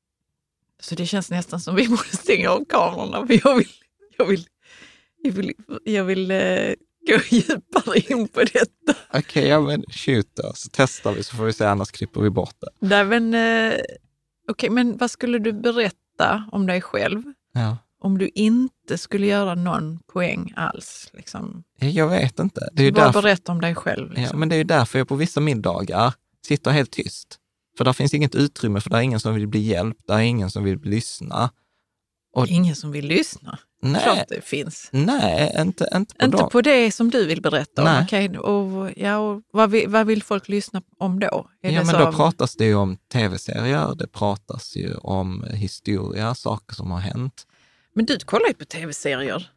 Så det känns nästan som vi borde stänga av kamerorna, för jag vill, jag vill, jag vill, jag vill eh, gå djupare in på detta. Okej, okay, ja men shoot då, så testar vi så får vi se, annars klipper vi bort det. Nej, men eh, okej, okay, men vad skulle du berätta om dig själv? Ja. Om du inte skulle göra någon poäng alls? Liksom. Jag vet inte. Det är ju bara därför... berätta om dig själv. Liksom. Ja, men det är ju därför jag på vissa middagar sitter helt tyst. För där finns inget utrymme, för där är ingen som vill bli hjälpt, där är ingen som vill lyssna. Och... Ingen som vill lyssna? Nej. Klart det finns. Nej, inte, inte på Inte dem. på det som du vill berätta om. Nej. Okej, och, ja, och vad, vill, vad vill folk lyssna om då? Är ja, det men så... då pratas det ju om tv-serier, det pratas ju om historia, saker som har hänt. Men du kollar ju på tv-serier.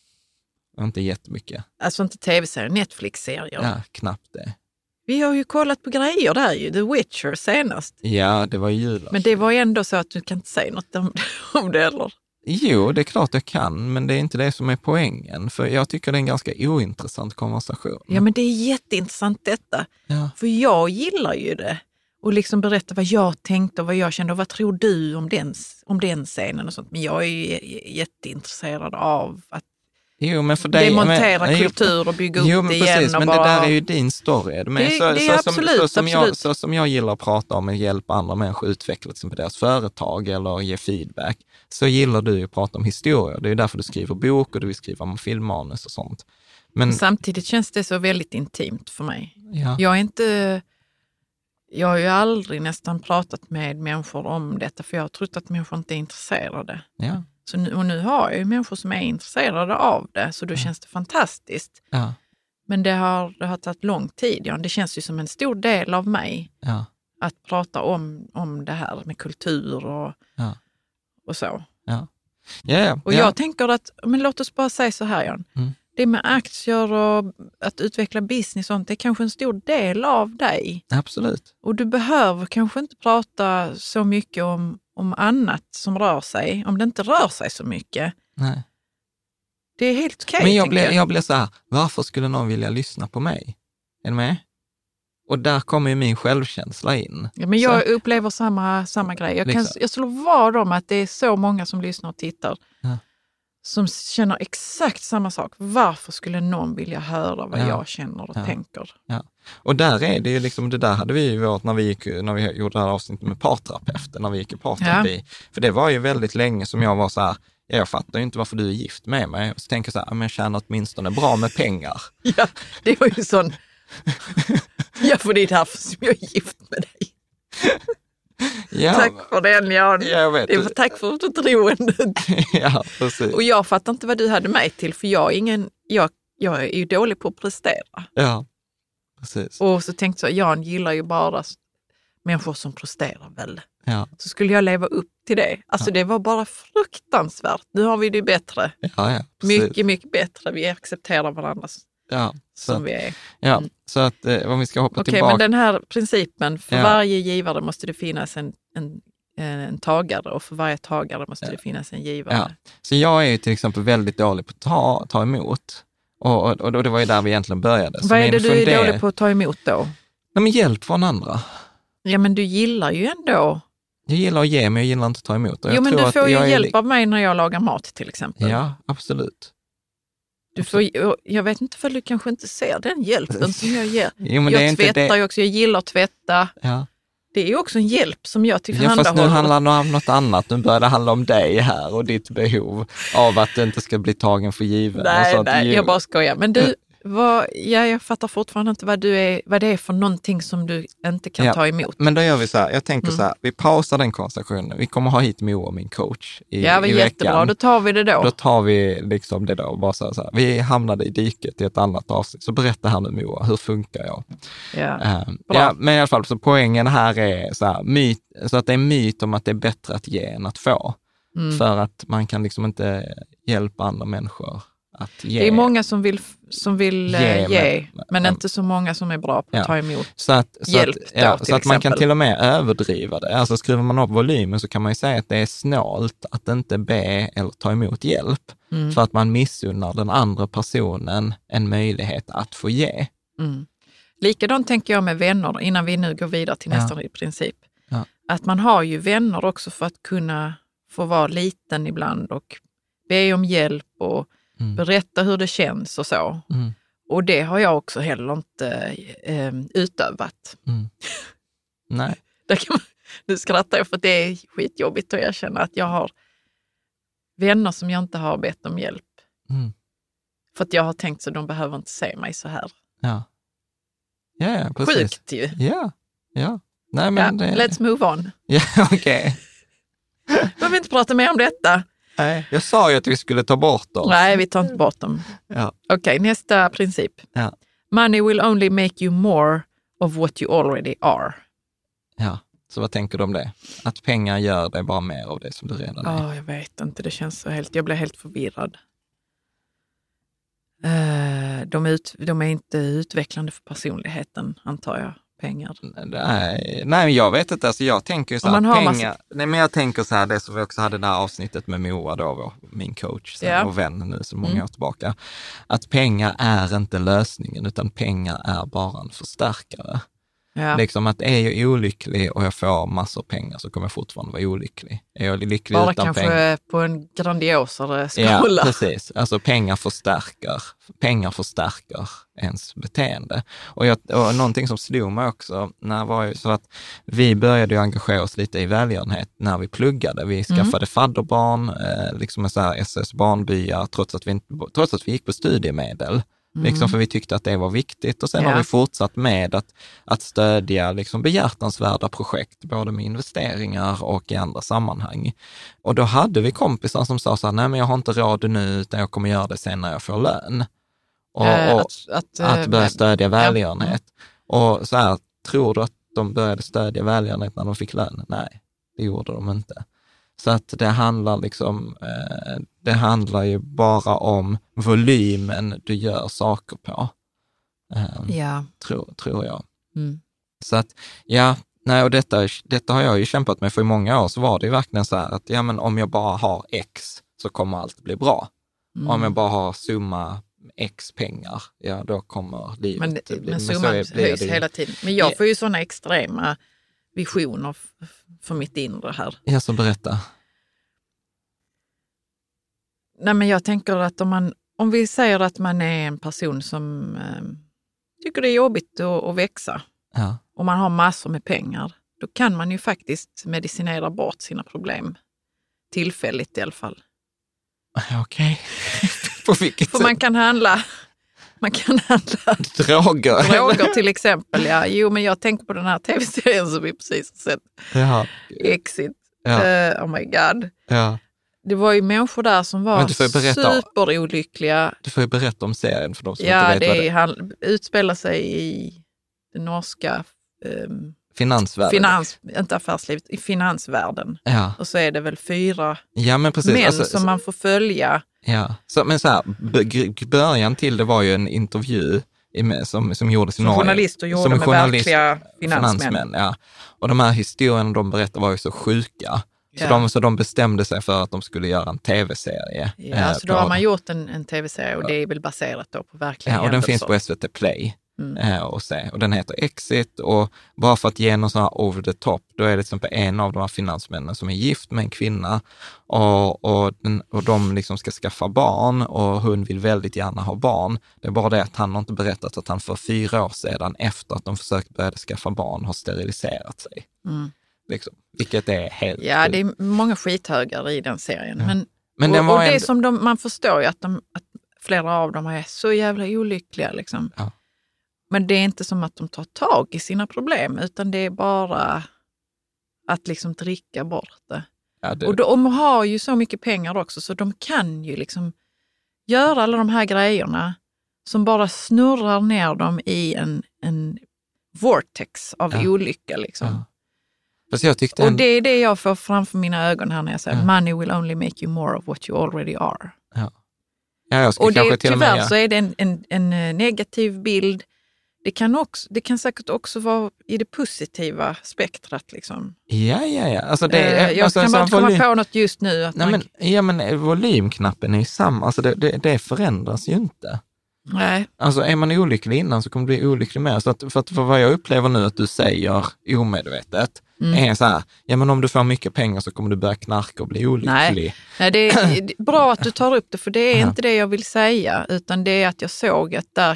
Inte jättemycket. Alltså inte tv-serier, Netflix-serier. Ja, knappt det. Vi har ju kollat på grejer där ju, The Witcher senast. Ja, det var jul. Men det var ju ändå så att du kan inte säga något om, om det, eller? Jo, det är klart jag kan, men det är inte det som är poängen. För jag tycker det är en ganska ointressant konversation. Ja, men det är jätteintressant detta. Ja. För jag gillar ju det. Och liksom berätta vad jag tänkte och vad jag kände och vad tror du om den, om den scenen och sånt. Men jag är ju jätteintresserad av att Jo, men för dig, demontera men, kultur och bygga jo, upp men det igen. Precis, och men bara... det där är ju din story. Men det, så, det är så, absolut, som, så, som absolut. Jag, så som jag gillar att prata om att hjälpa andra människor att utveckla på deras företag eller ge feedback, så gillar du ju att prata om historier. Det är därför du skriver bok och du vill skriva om filmmanus och sånt. Men samtidigt känns det så väldigt intimt för mig. Ja. Jag är inte... Jag har ju aldrig nästan pratat med människor om detta, för jag har trott att människor inte är intresserade. Ja. Så nu, och nu har jag ju människor som är intresserade av det, så då känns det fantastiskt. Ja. Men det har, det har tagit lång tid. Ja. Det känns ju som en stor del av mig Ja. att prata om, om det här med kultur och, Ja. och så. Ja. Ja, ja. Och ja. jag tänker att, men låt oss bara säga så här, Jan. Mm. Det med aktier och att utveckla business och sånt, det är kanske en stor del av dig. Absolut. Och du behöver kanske inte prata så mycket om, om annat som rör sig, om det inte rör sig så mycket. Nej. Det är helt okej. Men jag blir, jag blir så här, varför skulle någon vilja lyssna på mig? Är du med? Och där kommer ju min självkänsla in. Ja, men jag så. upplever samma, samma grej. Jag, kan, Liksom. jag slår vad om att det är så många som lyssnar och tittar. Ja. Som känner exakt samma sak. Varför skulle någon vilja höra vad Ja. jag känner och Ja. tänker? Ja. Och där är det ju liksom, det där hade vi ju varit när vi, gick, när vi gjorde det här avsnittet med parterapeuten, när vi gick i parterapi. Ja. För det var ju väldigt länge som jag var så här, jag fattar ju inte varför du är gift med mig. Och så tänker jag så här, men jag tjänar åtminstone bra med pengar. Ja, det var ju sån... ja, för det är därför som jag är gift med dig. Ja, tack för den, Jan. Jag vet. Det var tack för förtroendet. Ja, precis. Och jag fattar inte vad du hade mig till, för jag är, ingen, jag, jag är ju dålig på att prestera. Ja, precis. Och så tänkte jag, Jan gillar ju bara människor som presterar väl. Ja. Så skulle jag leva upp till det. Alltså ja. Det var bara fruktansvärt. Nu har vi det bättre. Ja, ja, mycket, mycket bättre. Vi accepterar varandra ja, som att, vi är. Ja, mm. så att eh, om vi ska hoppa Okej, tillbaka. men den här principen, för ja. varje givare måste det finnas en, en, en tagare, och för varje tagare måste ja. det finnas en givare. Ja. Så jag är ju till exempel väldigt dålig på att ta, ta emot. Och, och, och det var ju där vi egentligen började. Vad är det du funder... är dålig på att ta emot då? Nej, men hjälp från andra. Ja, men du gillar ju ändå... Jag gillar att ge, men jag gillar inte att ta emot. Och jo, jag men tror du får att ju jag hjälp är... av mig när jag lagar mat till exempel. Ja, absolut. Du får, jag vet inte för du kanske inte ser den hjälpen som jag ger. Jo, men jag det är inte tvättar det... ju också, jag gillar att tvätta. Ja. Det är ju också en hjälp som jag Ja, tillhandahåller. fast nu handlar det om något annat. Nu börjar det handla om dig här och ditt behov av att det inte ska bli tagen för given. Nej, och nej, ju... jag bara skojar. Men du, vad, ja, jag fattar fortfarande inte vad, du är, vad det är för någonting som du inte kan ja, ta emot. Men då gör vi så här, jag tänker mm. så här, vi pausar den konversationen. Vi kommer ha hit Moa, min coach, i, ja, men i jättebra, veckan. då tar vi det då. Då tar vi liksom det då. Bara så här, så här. Vi hamnade i diket i ett annat avsnitt. Så berätta här nu, Moa, hur funkar jag? Ja, um, ja, men i alla fall, så poängen här är så här, myt, så att det är myt om att det är bättre att ge än att få. Mm. För att man kan liksom inte hjälpa andra människor att ge. Det är många som vill, som vill ge, ge men, men inte så många som är bra på att ja. ta emot så att, så hjälp. Att, då, ja, så att exempel. man kan till och med överdriva det. Alltså skriver man upp volymen så kan man ju säga att det är snålt att inte be eller ta emot hjälp. Mm. För att man missunnar den andra personen en möjlighet att få ge. Mm. Likadant tänker jag med vänner, innan vi nu går vidare till nästa ja. princip. Ja. Att man har ju vänner också för att kunna få vara liten ibland och be om hjälp och mm. berätta hur det känns och så. Mm. Och det har jag också heller inte eh, utövat. Mm. Nej. Där kan man, nu skrattar jag för att det är skitjobbigt att erkänna att jag har vänner som jag inte har bett om hjälp. Mm. För att jag har tänkt så de behöver inte se mig så här. Ja. Ja, ja, precis. Sjukt ju. Ja, ja. Nej, men ja, det... Let's move on. Ja, okej. Okay. Behöver inte prata mer om detta. Nej, jag sa ju att vi skulle ta bort dem. Nej, vi tar inte bort dem. Ja. Okej, okay, nästa princip. Ja. Money will only make you more of what you already are. Ja, så vad tänker du om det? Att pengar gör dig bara mer av det som du redan är? Ja, oh, jag vet inte. Det känns så helt... Jag blir helt förvirrad. Uh, de, ut, de är inte utvecklande för personligheten, antar jag. Pengar. Nej, nej, jag vet inte. Alltså jag tänker så här, pengar... Massa... Nej, men jag tänker så här, det som vi också hade det här avsnittet med Moa då, vår, min coach sen, ja. och vän nu så många mm. år tillbaka. Att pengar är inte lösningen, utan pengar är bara en förstärkare. Ja. Liksom att är jag olycklig och jag får massor pengar så kommer jag fortfarande vara olycklig. Är jag lycklig Bara utan kanske pengar? på en grandiosare skala. Ja, precis. Alltså pengar förstärker, pengar förstärker ens beteende. Och, jag, och någonting som slog mig också, när var ju så att vi började ju engagera oss lite i välgörenhet när vi pluggade. Vi skaffade mm. fadderbarn, eh, liksom en så här S S barnbyar, trots att vi, inte, trots att vi gick på studiemedel. Mm. Liksom för vi tyckte att det var viktigt och sen ja. har vi fortsatt med att, att stödja liksom behjärtansvärda projekt, både med investeringar och i andra sammanhang. Och då hade vi kompisar som sa så här, nej men jag har inte råd nu utan jag kommer göra det sen när jag får lön. Och, äh, och att, att, att börja stödja välgörenhet. Ja. Och så här, tror du att de började stödja välgörenhet när de fick lön? Nej, det gjorde de inte. Så att det handlar liksom, eh, det handlar ju bara om volymen du gör saker på. Eh, ja. Tror, tror jag. Mm. Så att, ja, nej, och detta, detta har jag ju kämpat med, för i många år så var det ju verkligen så här att, ja men om jag bara har X så kommer allt bli bra. Mm. Om jag bara har summa X pengar, ja då kommer livet men, bli... Men summan men höjs det, hela tiden. Men jag får ju sådana extrema visioner för mitt inre här. Ja, så berätta. Nej, men jag tänker att om man, om vi säger att man är en person som eh, tycker det är jobbigt att, att växa ja. och man har massor med pengar, då kan man ju faktiskt medicinera bort sina problem. Tillfälligt i alla fall. Okej. Okay. På vilket För sätt? man kan handla... Man kan handla droger. Droger till exempel, ja. Jo, men jag tänker på den här tv-serien som vi precis har sett. Jaha. Exit. Ja. Uh, oh my god. Ja. Det var ju människor där som var superolyckliga. Du får ju berätta om serien för de som ja, inte vet det vad det är. Han utspelar sig i den norska... Um, Finansvärlden. Finans, inte affärslivet, i finansvärlden. Ja. Och så är det väl fyra ja, men precis. män alltså, som så, man får följa. Ja, så, men så här, början till det var ju en intervju i, som, som gjordes i som Norge. Journalister gjorde som med journalist, verkliga finansmän. finansmän ja. Och de här historierna de berättade var ju så sjuka. Så, ja. de, så de bestämde sig för att de skulle göra en tv-serie. Ja, eh, så då har man gjort en, en tv-serie och det är väl baserat då på verkliga ja, och den händelser. finns på S V T Play. Mm. Eh, och, se. och den heter Exit och bara för att ge någon sån här over the top, då är det till exempel en av de här finansmännen som är gift med en kvinna och, och, den, och de liksom ska skaffa barn och hon vill väldigt gärna ha barn. Det är bara det att han har inte berättat att han för fyra år sedan efter att de försökt börja skaffa barn har steriliserat sig. Mm. Liksom. Vilket är helt... Ja, det är många skithögar i den serien. Ja. Men, Men och, den var och det en... som de, man förstår ju att, de, att flera av dem är så jävla olyckliga liksom. Ja. Men det är inte som att de tar tag i sina problem, utan det är bara att liksom dricka bort det. Ja, det... Och de har ju så mycket pengar också, så de kan ju liksom göra alla de här grejerna som bara snurrar ner dem i en, en vortex av ja. olycka. Liksom. Ja. Fast jag tyckte och en... det är det jag får framför mina ögon här när jag säger ja. money will only make you more of what you already are. Ja. Ja, jag och det, till tyvärr och med, ja. så är det en, en, en negativ bild. Det kan, också, det kan säkert också vara i det positiva spektrat. Liksom. Ja, ja, ja. Alltså det, eh, jag alltså, kan bara inte volym... komma på något just nu. Att Nej, man... men, ja, men volymknappen är ju samma. Alltså det, det, det förändras ju inte. Nej. Alltså är man olycklig innan så kommer du bli olycklig mer. Så att, för, att, för vad jag upplever nu att du säger omedvetet mm. är så här, ja men om du får mycket pengar så kommer du börja knarka och bli olycklig. Nej, Nej det är bra att du tar upp det, för det är ja. inte det jag vill säga, utan det är att jag såg att där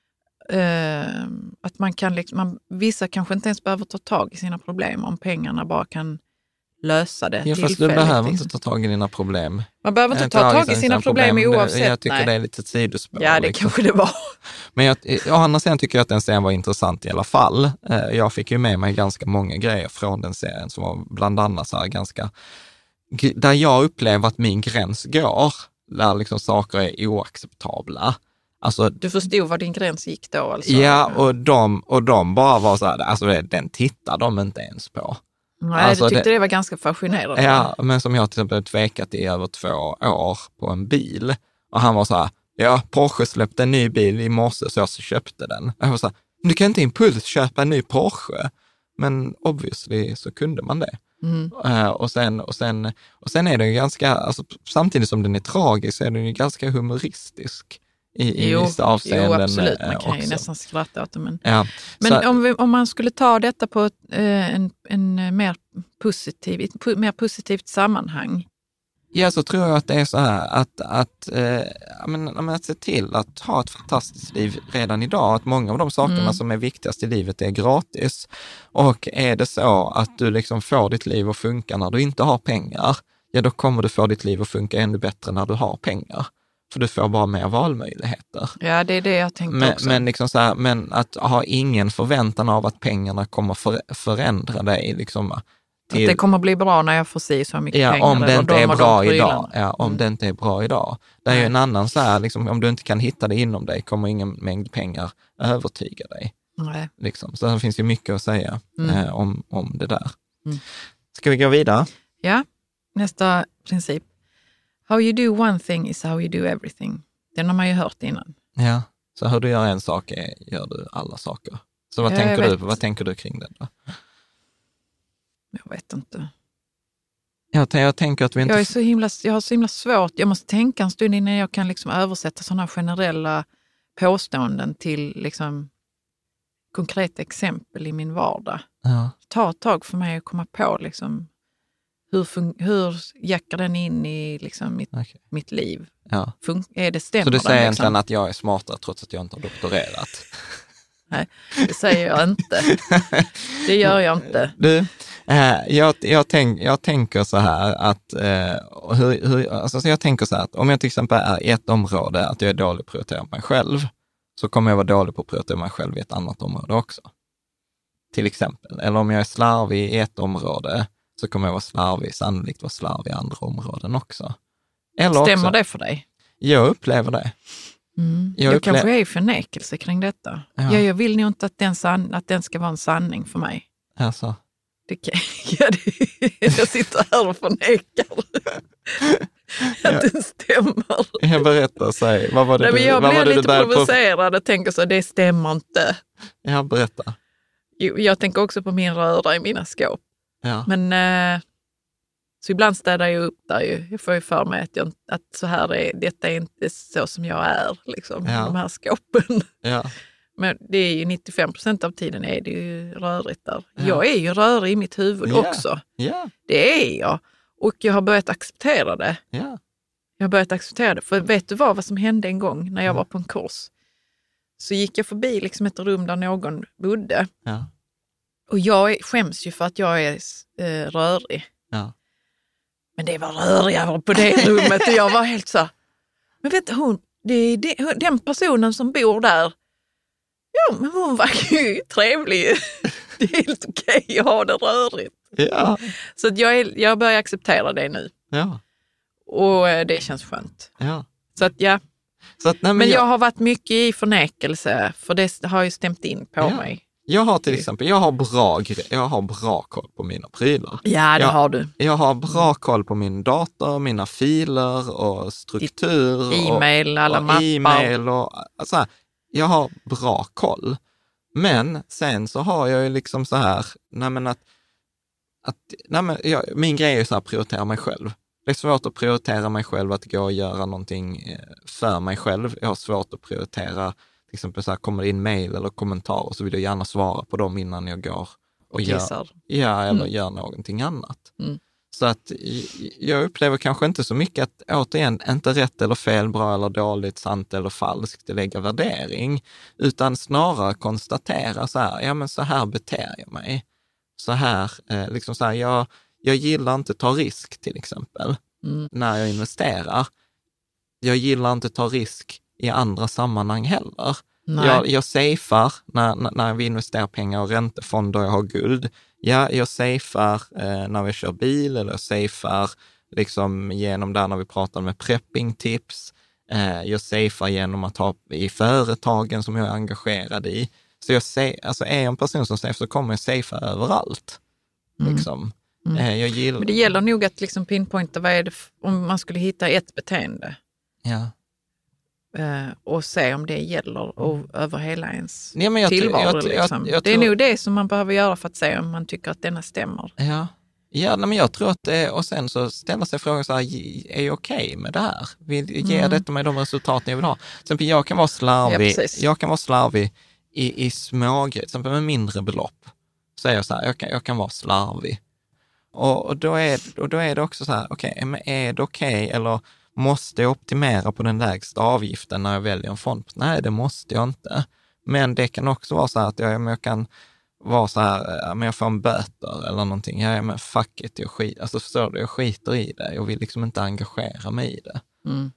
Uh, att man kan liksom, man, vissa kanske inte ens behöver ta tag i sina problem om pengarna bara kan lösa det ja, tillfälligt. Fast du behöver liksom. inte ta tag i dina problem. Man behöver inte ta tag i sina problem, problem oavsett. Jag tycker nej. det är lite ett sidospår. Ja, det liksom. kanske det var. Men jag, å andra sidan tycker jag att den serien var intressant i alla fall. Jag fick ju med mig ganska många grejer från den serien som var bland annat så här ganska, där jag upplever att min gräns går, där liksom saker är oacceptabla. Alltså, du förstod var din gräns gick då alltså? Ja, och de, och de bara var så här, alltså den tittar de inte ens på. Nej, alltså, du tyckte det, det var ganska fascinerande. Ja, men som jag till exempel tvekat i över två år på en bil. Och han var så här, ja, Porsche släppte en ny bil i morse så jag köpte den. Och jag var så här, du kan inte impuls köpa en ny Porsche. Men obviously så kunde man det. Mm. Uh, och, sen, och, sen, och sen är den ju ganska, alltså, samtidigt som den är tragisk så är den ju ganska humoristisk i, i jo, vissa avseenden. Jo, absolut. Man kan också. ju nästan skratta åt det. Men, ja, men så, om, vi, om man skulle ta detta på ett, en, en mer, positiv, ett mer positivt sammanhang. Ja, så tror jag att det är så här att, att, eh, men, att se till att ha ett fantastiskt liv redan idag. Att många av de sakerna mm. som är viktigast i livet är gratis. Och är det så att du liksom får ditt liv att funka när du inte har pengar, ja då kommer du få ditt liv att funka ännu bättre när du har pengar. För du får bara mer valmöjligheter. Ja, det är det jag tänkte men, också. Men, liksom så här, men att ha ingen förväntan av att pengarna kommer för, förändra dig liksom. Till, att det kommer bli bra när jag får se så mycket ja, pengar. Om det inte de är bra de idag. Ja, om mm. det inte är bra idag. Det är ju en annan så här, liksom, om du inte kan hitta det inom dig kommer ingen mängd pengar övertyga dig. Nej. Liksom. Så det finns ju mycket att säga mm. eh, om, om det där. Mm. Ska vi gå vidare? Ja, nästa princip. How you do one thing is how you do everything. Den har man ju hört innan. Ja, så hur du gör en sak är, gör du alla saker. Så vad, ja, tänker, du, vet. vad tänker du kring det då? Jag vet inte. Jag, jag tänker att vi inte... Jag, är så himla, jag har så himla svårt. Jag måste tänka en stund innan jag kan liksom översätta sådana generella påståenden till liksom konkreta exempel i min vardag. Ja. Ta ett tag för mig att komma på liksom, hur, fun- hur jackar den in i liksom mitt, okay. mitt liv. Ja. Fun- är det stämmer så du säger den, egentligen liksom? att jag är smartare trots att jag inte har doktorerat? Nej, det säger jag inte. Det gör jag inte. Du, eh, jag, jag, tänk, jag tänker så här att, eh, hur, hur, alltså, så jag tänker så här att om jag till exempel är i ett område att jag är dålig på att prioritera mig själv, så kommer jag vara dålig på att prioritera mig själv i ett annat område också. Till exempel. Eller om jag är slarvig i ett område, så kommer jag vara slarvig, sannolikt vara slarvig i andra områden också. Eller Stämmer också, det för dig? Jag upplever det. Mm. Jag, jag kanske är i förnekelse kring detta. Ja. Jag, jag vill nog inte att den, san, att den ska vara en sanning för mig. Alltså. Det kan, ja, det, jag sitter här och förnekar att det stämmer. Jag berättar, säg. Vad var det? Nej, men jag vad blir var det lite du provocerad och tänker så, det stämmer inte. Ja, berätta. Jag, jag tänker också på min röra i mina skåp. Ja. Men eh, så ibland städar jag upp där ju. Jag får ju för mig att, jag, att så här är, detta är inte så som jag är, liksom, ja. de här skåpen. Ja. Men det är ju nittiofem procent av tiden är det ju rörigt där. Ja. Jag är ju rörig i mitt huvud ja. också. Ja. Det är jag. Och jag har börjat acceptera det. Ja. Jag har börjat acceptera det. För vet du vad, vad som hände en gång när jag var på en kurs? Så gick jag förbi liksom ett rum där någon bodde. Ja. Och jag skäms ju för att jag är eh, rörig. Ja. Men det var rörigare på det rummet och jag var helt så. Men vet du, hon, det är det, den personen som bor där. Ja, men hon var ju trevlig. Det är helt okej att ha det rörigt. Ja. Så att jag, är, jag börjar acceptera det nu. Ja. Och det känns skönt. Ja. Så att ja. Så att, nej, men men jag, jag har varit mycket i förnekelse. För det har ju stämt in på ja. mig. Jag har till exempel, jag har bra, jag har bra koll på mina prylar. Ja, det jag, har du. Jag har bra koll på min dator, mina filer och struktur. Ditt e-mail, och, alla och mappar. E-mail och alltså här, jag har bra koll. Men sen så har jag ju liksom så här, nej men att, att nej men jag, min grej är så här, prioritera mig själv. Det är svårt att prioritera mig själv, att gå och göra någonting för mig själv. Jag har svårt att prioritera, till exempel så här, kommer det in mejl eller kommentarer så vill jag gärna svara på dem innan jag går och, och gör, ja, eller mm. gör någonting annat. Mm. Så att jag upplever kanske inte så mycket att, återigen, inte rätt eller fel, bra eller dåligt, sant eller falskt, lägga värdering, utan snarare konstatera så här, ja men så här beter jag mig. Så här, eh, liksom så här, jag, jag gillar inte ta risk till exempel, mm. när jag investerar. Jag gillar inte ta risk i andra sammanhang heller. Jag, jag safear när, när vi investerar pengar och räntefonder och jag har guld. Ja, jag safear eh, när vi kör bil eller jag safear liksom genom där när vi pratar med prepping-tips. Eh, jag safear genom att ha i företagen som jag är engagerad i. Så jag say, alltså är jag en person som safear så kommer jag safea överallt. Mm. Liksom. Mm. Eh, jag gillar... Men det gäller nog att liksom pinpointa vad är det f- om man skulle hitta ett beteende. Ja. Och se om det gäller och över hela ens ja, men jag, tillvaro. jag, jag, liksom. jag, jag det är tror... nog det som man behöver göra för att se om man tycker att denna stämmer. Ja, Ja, nej, men jag tror att det, och sen så ställer sig frågan så här, är jag okej okay med det här? Vill, ger mm. detta mig de resultaten jag vill ha? Till exempel, jag kan vara slarvig, ja, jag kan vara slarvig i, i små grejer, till exempel med mindre belopp. Så är jag så här, jag kan, jag kan vara slarvig. Och, och, då är, och då är det också så här, okej, okay, är det okej okay, eller måste jag optimera på den lägsta avgiften när jag väljer en fond? Nej, det måste jag inte. Men det kan också vara så här att jag, jag kan vara så här, men jag får en böter eller någonting. Ja, men fuck it, jag skit, alltså förstår du, jag skiter i det. Jag vill liksom inte engagera mig i det. Mm.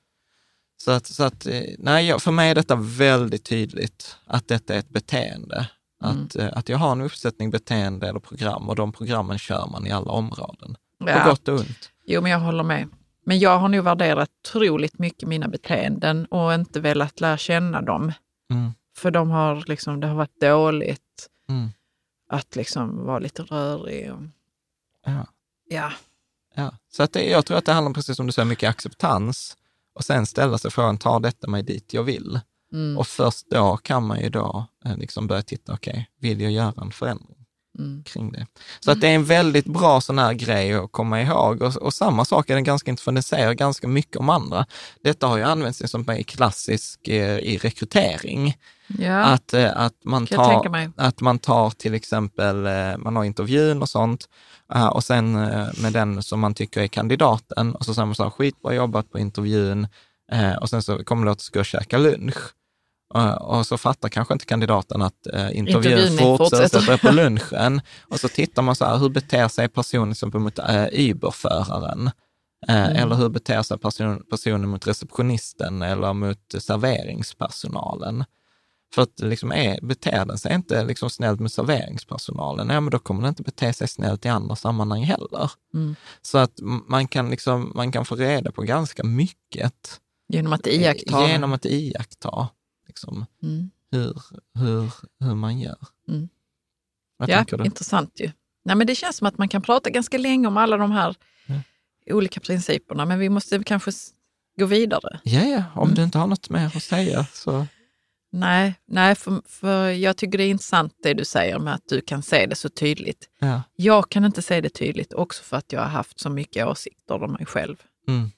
Så att, så att nej, för mig är detta väldigt tydligt att detta är ett beteende. Mm. Att, att jag har en uppsättning beteende eller program och de programmen kör man i alla områden. Ja. På gott och ont. Jo, men jag håller med. Men jag har nog värderat otroligt mycket mina beteenden och inte velat lära känna dem. Mm. För de har liksom, det har varit dåligt mm. att liksom vara lite rörig. Och... Ja. Ja. ja. Så att det, jag tror att det handlar precis som du säger, mycket acceptans och sen ställa sig frågan, tar detta mig dit jag vill? Mm. Och först då kan man ju då liksom börja titta, okej, okay, vill jag göra en förändring mm. kring det? Så att det är en väldigt bra sån här grej att komma ihåg. Och, och samma sak är den ganska inte, för den säger ganska mycket om andra. Detta har ju använts som i klassisk eh, i rekrytering. Ja. Att, eh, att, man kan tar, att man tar till exempel, eh, man har intervjun och sånt. Uh, och sen uh, med den som man tycker är kandidaten. Och så säger man så här, skitbra jobbat på intervjun. Uh, och sen så kommer det att ska och käka lunch. Uh, och så fattar kanske inte kandidaten att uh, intervjun, intervjun fortsätter, fortsätter på lunchen. Och så tittar man så här, hur beter sig personen som mot uh, Uber-föraren? Uh, mm. Eller hur beter sig person, personen mot receptionisten eller mot serveringspersonalen? För att liksom är, beter den sig inte liksom snällt med serveringspersonalen, ja, men då kommer den inte bete sig snällt i andra sammanhang heller. Mm. Så att man kan, liksom, man kan få reda på ganska mycket. Genom att iaktta. Genom att iaktta liksom, mm. hur, hur, hur man gör. Mm. Vad ja, tänker du? Intressant ju. Nej, men det känns som att man kan prata ganska länge om alla de här ja. olika principerna, men vi måste kanske gå vidare. Ja, ja. Om mm. du inte har något mer att säga så... Nej, nej för, för jag tycker det är intressant det du säger med att du kan se det så tydligt. Ja. Jag kan inte se det tydligt också för att jag har haft så mycket åsikter om mig själv. Mm.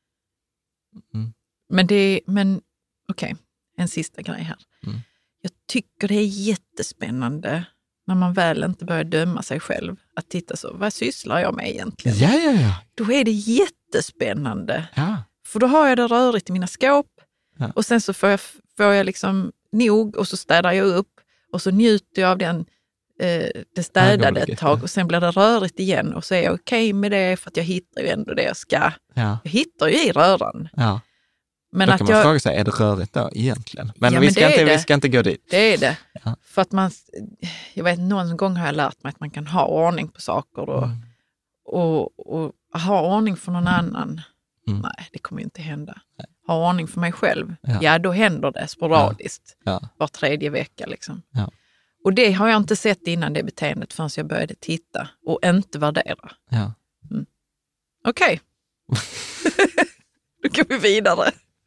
Mm. Men det men okej, okay, en sista grej här. Mm. Jag tycker det är jättespännande när man väl inte börjar döma sig själv. Att titta så, vad sysslar jag med egentligen? Ja, ja, ja. Då är det jättespännande. Ja. För då har jag det rörigt i mina skåp. Ja. Och sen så får jag, får jag liksom nog och så städar jag upp. Och så njuter jag av den, eh, det städade ett tag. Och sen blir det rörigt igen. Och så är jag okej okay med det för att jag hittar ju ändå det jag ska. Ja. Jag hittar ju i röran. Ja. Men då att kan man jag... fråga sig, är det rörigt då egentligen? Men, ja, vi, men ska inte, det. vi ska inte gå dit. Det är det. Ja. För att man, jag vet, någon gång har jag lärt mig att man kan ha ordning på saker och, Mm. och, och ha ordning för någon annan. Mm. Nej, det kommer ju inte hända. Ha ordning för mig själv. Ja, ja då händer det sporadiskt. Ja. Ja. Var tredje vecka liksom. Ja. Och det har jag inte sett innan det beteendet förrän jag började titta och inte värdera. Ja. Mm. Okej. Okay. Då går vi vidare.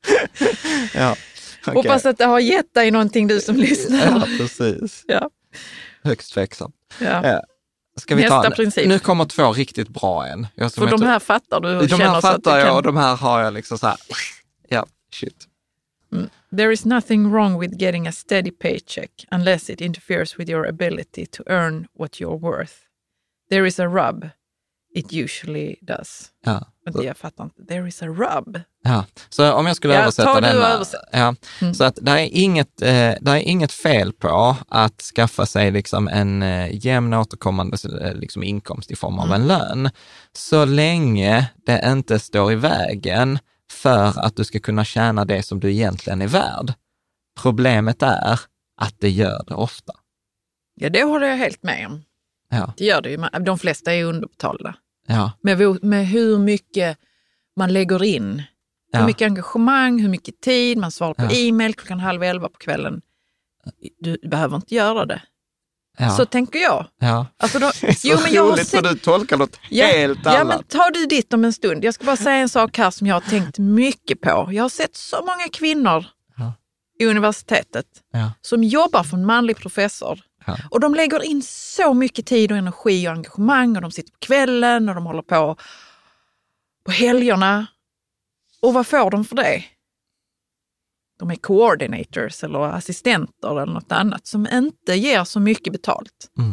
Ja. Okay. Hoppas att det har gett dig någonting, du som lyssnar. Ja, precis. Ja. Högst tveksamt. Ja. Ja. Ska vi Nästa ta, princip. Nu kommer två riktigt bra en. Jag För de här fattar du och de här känner så att fattar du jag kan... och de här har jag liksom så här, ja, shit. Mm. There is nothing wrong with getting a steady paycheck unless it interferes with your ability to earn what you're worth. There is a rub. It usually does. Ja. Men jag fattar inte. There is a rub. Ja, så om jag skulle ja, översätta den där, översätt. ja, mm. Så att det är inget, eh, det är inget fel på att skaffa sig liksom en eh, jämn återkommande eh, liksom inkomst i form av mm. en lön, så länge det inte står i vägen för att du ska kunna tjäna det som du egentligen är värd. Problemet är att det gör det ofta. Ja, det håller jag helt med om. Ja. Det gör det ju. De flesta är underbetalda. Ja. Med, med hur mycket man lägger in. Ja. Hur mycket engagemang, hur mycket tid. Man svarar på ja. e-mail klockan halv elva på kvällen. Du behöver inte göra det. Ja. Så tänker jag. Ja. Alltså då, det är så jo, men jag har roligt sett... för du tolkar något ja, helt ja, annat. Men tar du ditt om en stund. Jag ska bara säga en sak här som jag har tänkt mycket på. Jag har sett så många kvinnor ja. i universitetet Ja. som jobbar för en manlig professor Ja. Och de lägger in så mycket tid och energi och engagemang och de sitter på kvällen och de håller på på helgerna. Och vad får de för det? De är coordinators eller assistenter eller något annat som inte ger så mycket betalt. Mm.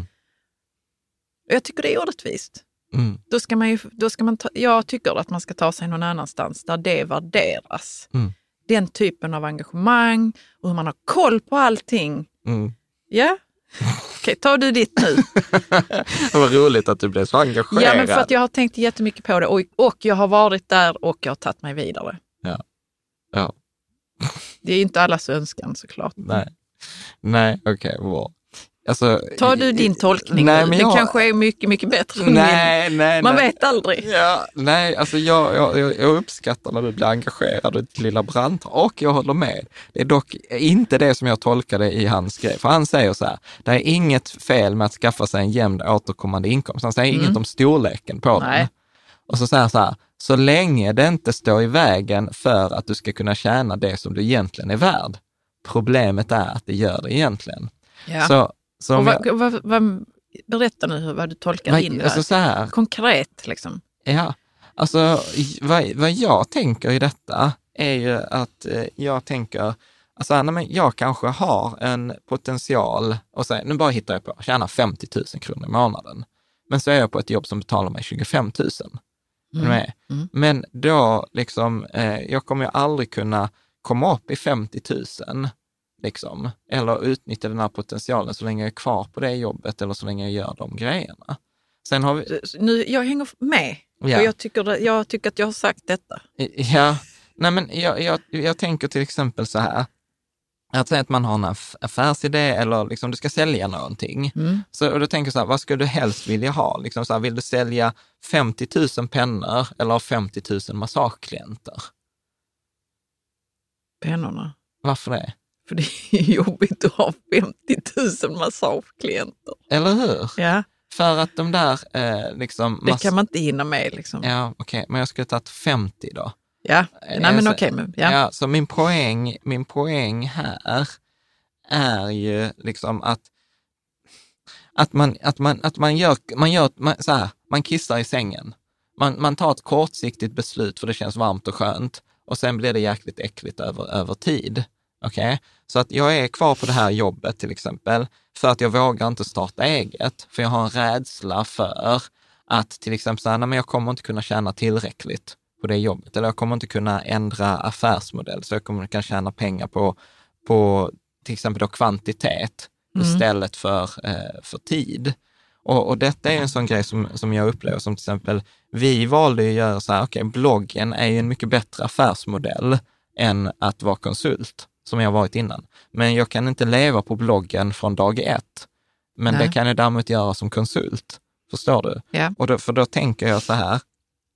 Och jag tycker det är orättvist. Mm. Då ska man ju, då ska man ta, jag tycker att man ska ta sig någon annanstans där det värderas. Mm. Den typen av engagemang och hur man har koll på allting. Mm. Ja? Okej, tar du ditt nu. Det var roligt att du blev så engagerad. Ja, men för att jag har tänkt jättemycket på det och, och jag har varit där och jag har tagit mig vidare. Ja. Ja. Det är inte allas önskan såklart. Nej, nej, okej, okay, bra. Alltså, tar du din tolkning nej, nu? Men det jag, kanske är mycket, mycket bättre än nej, min. Nej, Man nej. vet aldrig. Ja, nej, alltså jag, jag, jag uppskattar när du blir engagerad och ditt lilla brand och jag håller med. Det är dock inte det som jag tolkade i hans grej. För han säger så här, det är inget fel med att skaffa sig en jämn återkommande inkomst. Han säger mm. inget om storleken på nej. den. Och så säger han så här, så länge det inte står i vägen för att du ska kunna tjäna det som du egentligen är värd. Problemet är att det gör det egentligen. Ja. Så, så och vad, jag, vad, vad, berätta nu vad du tolkar vad, in där. Alltså så här, konkret liksom. Ja, alltså vad, vad jag tänker i detta är ju att eh, jag tänker, alltså nej, men jag kanske har en potential och säger, nu bara hittar jag på, tjäna femtio tusen kronor i månaden. Men så är jag på ett jobb som betalar mig tjugofem tusen. Mm. Mm. Men då liksom, eh, jag kommer ju aldrig kunna komma upp i femtio tusen liksom, eller utnyttja den här potentialen så länge jag är kvar på det jobbet eller så länge jag gör de grejerna. Sen har vi... Nu, jag hänger med ja. och jag tycker, jag tycker att jag har sagt detta. Ja, nej men jag, jag, jag tänker till exempel så här, att säga att man har en aff- affärsidé eller liksom du ska sälja någonting. Mm. Så, och då tänker jag så här, vad skulle du helst vilja ha? Liksom så här, vill du sälja femtio tusen pennor eller femtio tusen massageklienter? Pennorna. Varför det? För det är jobbigt att ha femtio tusen massageklienter. Eller hur? Ja. För att de där eh, liksom... Det mass- kan man inte hinna med liksom. Ja, okej. Okay. Men jag skulle ta femtio då. Ja, nej men okej. Okay, ja. ja, så min poäng, min poäng här är ju liksom att att man, att man, att man gör, man gör man, så här, man kissar i sängen. Man, man tar ett kortsiktigt beslut för det känns varmt och skönt och sen blir det jäkligt äckligt över, över tid. Okej? Okay? Så att jag är kvar på det här jobbet till exempel för att jag vågar inte starta eget. För jag har en rädsla för att till exempel så här, nej, men jag kommer inte kunna tjäna tillräckligt på det jobbet. Eller jag kommer inte kunna ändra affärsmodell så jag kommer kunna tjäna pengar på, på till exempel då kvantitet mm. istället för, eh, för tid. Och, och detta är en sån grej som, som jag upplever som till exempel, vi valde att göra så här, okej, okay, bloggen är ju en mycket bättre affärsmodell än att vara konsult som jag varit innan. Men jag kan inte leva på bloggen från dag ett. Men Nej. det kan jag däremot göra som konsult. Förstår du? Ja. Och då, för då tänker jag så här,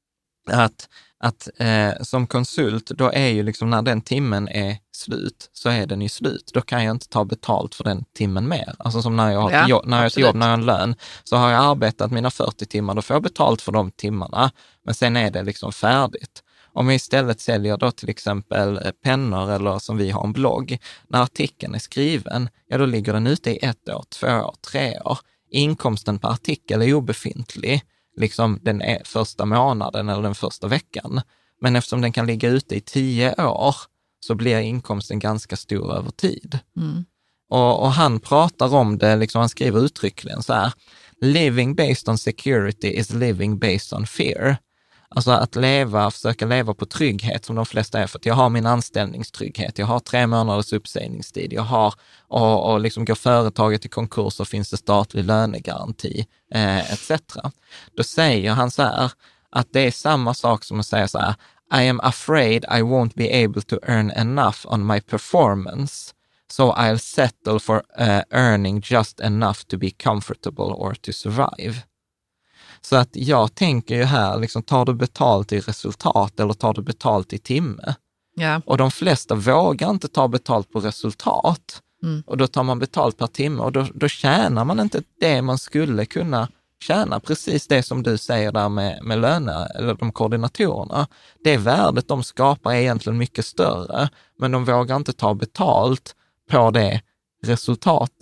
att, att eh, som konsult, då är ju liksom när den timmen är slut, så är den ju slut. Då kan jag inte ta betalt för den timmen mer. Alltså som när jag har ja, ett jobb, när jag har ett jobb, när jag har en lön, så har jag arbetat mina fyrtio timmar, då får jag betalt för de timmarna. Men sen är det liksom färdigt. Om jag istället säljer då till exempel pennor eller som vi har en blogg, när artikeln är skriven, ja då ligger den ute i ett år, två år, tre år. Inkomsten per artikel är obefintlig, liksom den är första månaden eller den första veckan. Men eftersom den kan ligga ute i tio år så blir inkomsten ganska stor över tid. Mm. Och, och han pratar om det, liksom han skriver uttryckligen så här, living based on security is living based on fear. Alltså att leva, försöka leva på trygghet som de flesta är, för att jag har min anställningstrygghet, jag har tre månaders uppsägningstid, jag har, och, och liksom går företaget i konkurs så finns det statlig lönegaranti eh, et cetera. Då säger han så här, att det är samma sak som att säga så här, I am afraid I won't be able to earn enough on my performance, so I'll settle for uh, earning just enough to be comfortable or to survive. Så att jag tänker ju här, liksom, tar du betalt i resultat eller tar du betalt i timme? Ja. Och de flesta vågar inte ta betalt på resultat. Mm. Och då tar man betalt per timme och då, då tjänar man inte det man skulle kunna tjäna. Precis det som du säger där med, med löner eller de koordinatorerna. Det värdet de skapar är egentligen mycket större, men de vågar inte ta betalt på det resultatet.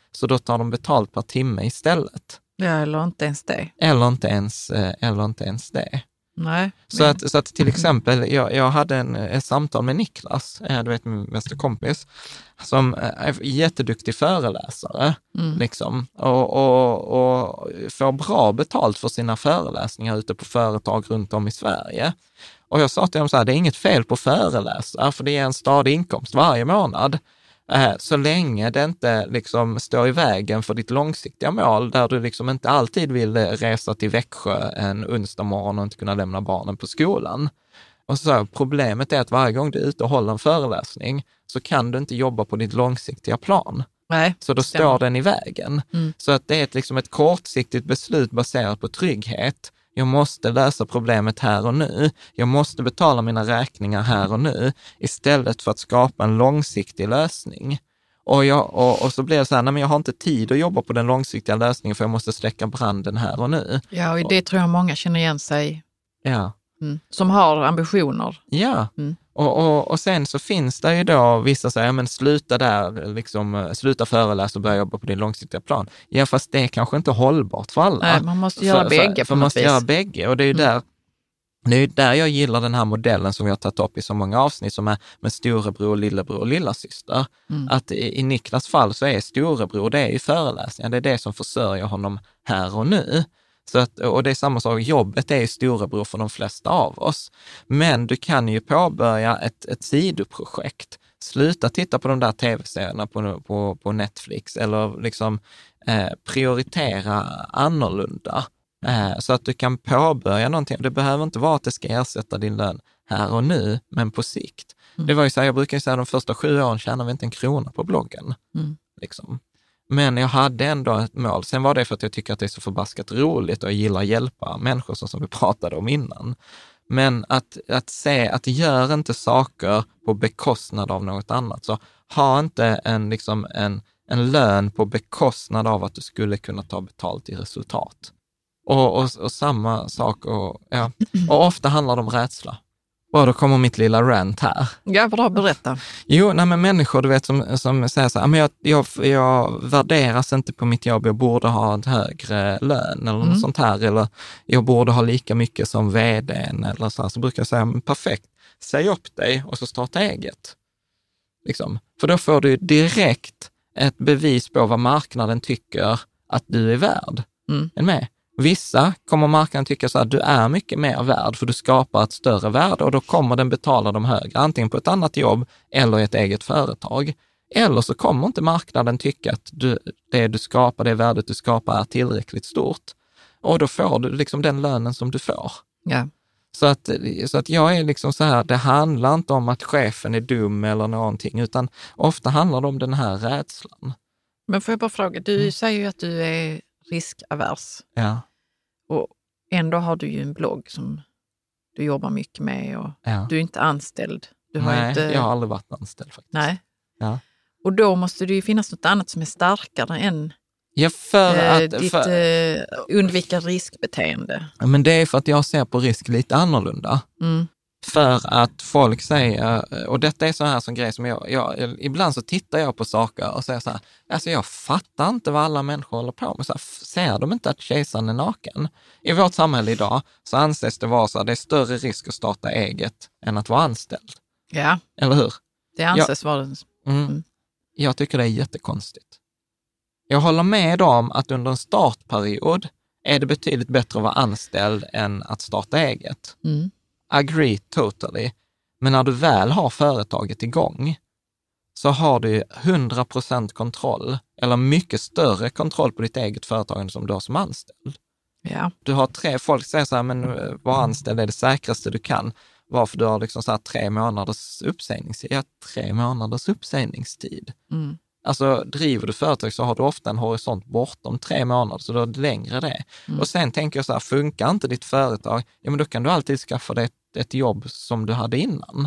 Så då tar de betalt per timme istället. Ja, eller inte ens det. Eller inte ens, eller inte ens det. Nej. Så att, så att till exempel, jag, jag hade en, ett samtal med Niklas, du vet min bästa kompis, som är jätteduktig föreläsare, mm. liksom, och, och, och får bra betalt för sina föreläsningar ute på företag runt om i Sverige. Och jag sa till dem så här, det är inget fel på föreläsare, för det är en stadig inkomst varje månad. Så länge det inte liksom står i vägen för ditt långsiktiga mål, där du liksom inte alltid vill resa till Växjö en onsdag morgon och inte kunna lämna barnen på skolan. Och så problemet är att varje gång du är ute och håller en föreläsning så kan du inte jobba på ditt långsiktiga plan. Nej, så då står den i vägen. Mm. Så att det är ett, liksom ett kortsiktigt beslut baserat på trygghet. Jag måste lösa problemet här och nu. Jag måste betala mina räkningar här och nu istället för att skapa en långsiktig lösning. Och, jag, och, och så blir det så här, nej men jag har inte tid att jobba på den långsiktiga lösningen för jag måste släcka branden här och nu. Ja, och det tror jag många känner igen sig. Ja. Mm. Som har ambitioner. Ja, mm. och, och, och sen så finns det ju då vissa säger, ja, men sluta där, liksom, sluta föreläsa och börja jobba på din långsiktiga plan. Ja, fast det är kanske inte hållbart för alla. Nej, man måste göra för, bägge för, på för något måste vis. göra bägge, och det är ju mm. där, det är där jag gillar den här modellen som vi har tagit upp i så många avsnitt som är med storebror, lillebror och lillasyster. Mm. Att i, i Niklas fall så är storebror, det är ju föreläsningar, det är det som försörjer honom här och nu. Så att, och det är samma sak, jobbet är ju storebror för de flesta av oss. Men du kan ju påbörja ett, ett sidoprojekt. Sluta titta på de där tv-serierna på, på, på Netflix eller liksom eh, prioritera annorlunda. Eh, så att du kan påbörja någonting. Det behöver inte vara att det ska ersätta din lön här och nu, men på sikt. Mm. Det var ju så här, jag brukar säga att de första sju åren tjänar vi inte en krona på bloggen. Mm. Liksom. Men jag hade ändå ett mål. Sen var det för att jag tycker att det är så förbaskat roligt och jag gillar att hjälpa människor som, som vi pratade om innan. Men att, att se att gör inte saker på bekostnad av något annat. Så ha inte en, liksom en, en lön på bekostnad av att du skulle kunna ta betalt i resultat. Och, och, och samma sak. Och, ja. och ofta handlar det om rädsla. Och då kommer mitt lilla rant här. Ja, bra, berätta. Jo, nej, men människor du vet som, som säger så här, men jag, jag, jag värderas inte på mitt jobb, jag borde ha en högre lön eller mm. något sånt här, eller jag borde ha lika mycket som vdn eller så här. Så brukar jag säga, men perfekt, säg upp dig och så starta eget. Liksom. För då får du direkt ett bevis på vad marknaden tycker att du är värd. Mm. Än med. Vissa kommer marknaden tycka så att du är mycket mer värd för du skapar ett större värde och då kommer den betala dem högre, antingen på ett annat jobb eller i ett eget företag. Eller så kommer inte marknaden tycka att du, det du skapar, det värdet du skapar är tillräckligt stort. Och då får du liksom den lönen som du får. Ja. Så att, så att jag är liksom så här, det handlar inte om att chefen är dum eller någonting, utan ofta handlar det om den här rädslan. Men får jag bara fråga, du mm. säger ju att du är riskavers. Ja. Och ändå har du ju en blogg som du jobbar mycket med och ja. Du är inte anställd. Du har Nej, inte... jag har aldrig varit anställd faktiskt. Nej. Ja. Och då måste det ju finnas något annat som är starkare än ja, för eh, att, ditt för... eh, undvika riskbeteende. Men det är för att jag ser på risk lite annorlunda. Mm. För att folk säger, och detta är så här som grej som jag, jag, ibland så tittar jag på saker och säger så här, alltså jag fattar inte vad alla människor håller på med. Så här, ser de inte att kejsaren är naken? I vårt samhälle idag så anses det vara så här, det är större risk att starta eget än att vara anställd. Ja. Eller hur? Det anses jag, vara det. Mm, mm. Jag tycker det är jättekonstigt. Jag håller med om att under en startperiod är det betydligt bättre att vara anställd än att starta eget. Mm. Agree totally. Men när du väl har företaget igång så har du hundra procent kontroll eller mycket större kontroll på ditt eget företag än som du har som anställd. Ja. Du har tre, folk säger så här, men vara anställd är det säkraste du kan. Varför du har liksom så här tre månaders uppsägningstid. Ja, tre månaders uppsägningstid. Mm. Alltså driver du företag så har du ofta en horisont bortom tre månader, så då är det längre det. Mm. Och sen tänker jag så här, funkar inte ditt företag, ja men då kan du alltid skaffa dig ett, ett jobb som du hade innan.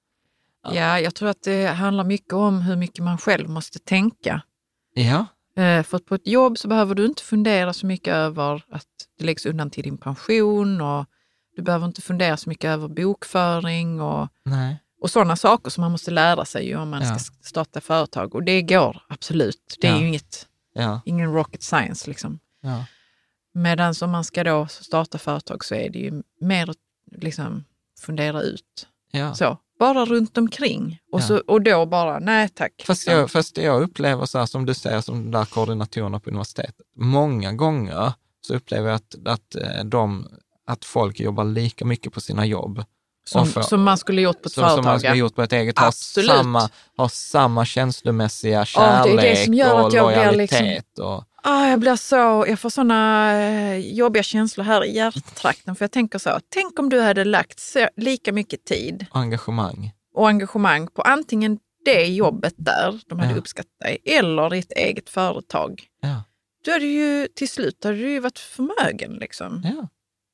Ja. ja, jag tror att det handlar mycket om hur mycket man själv måste tänka. Ja. För att på ett jobb så behöver du inte fundera så mycket över att det läggs undan till din pension och du behöver inte fundera så mycket över bokföring och... Nej. Och sådana saker som man måste lära sig ju om man ja. ska starta företag. Och det går absolut. Det är ja. ju inget Ja. Ingen rocket science liksom. Ja. Medan om man ska då starta företag så är det ju mer att liksom fundera ut. Ja. Så, bara runt omkring. Och, Ja. så, och då bara, nej tack. Fast jag, fast jag upplever så här, som du säger, som de där koordinatorerna på universitetet. Många gånger så upplever jag att, att, de, att folk jobbar lika mycket på sina jobb. Som, för, som man skulle gjort på ett som, företag. Som man skulle ha gjort på ett eget. Har samma, har samma känslomässiga kärlek ja, det är det som gör och att jag lojalitet. Blir liksom, och, ah, jag blir så, jag får såna eh, jobbiga känslor här i hjärttrakten. För jag tänker så, tänk om du hade lagt så, lika mycket tid. Engagemang. Och engagemang på antingen det jobbet där de hade Ja. uppskattat dig. Eller ditt eget företag. Ja. Du hade ju till slut hade du ju varit förmögen liksom. Ja.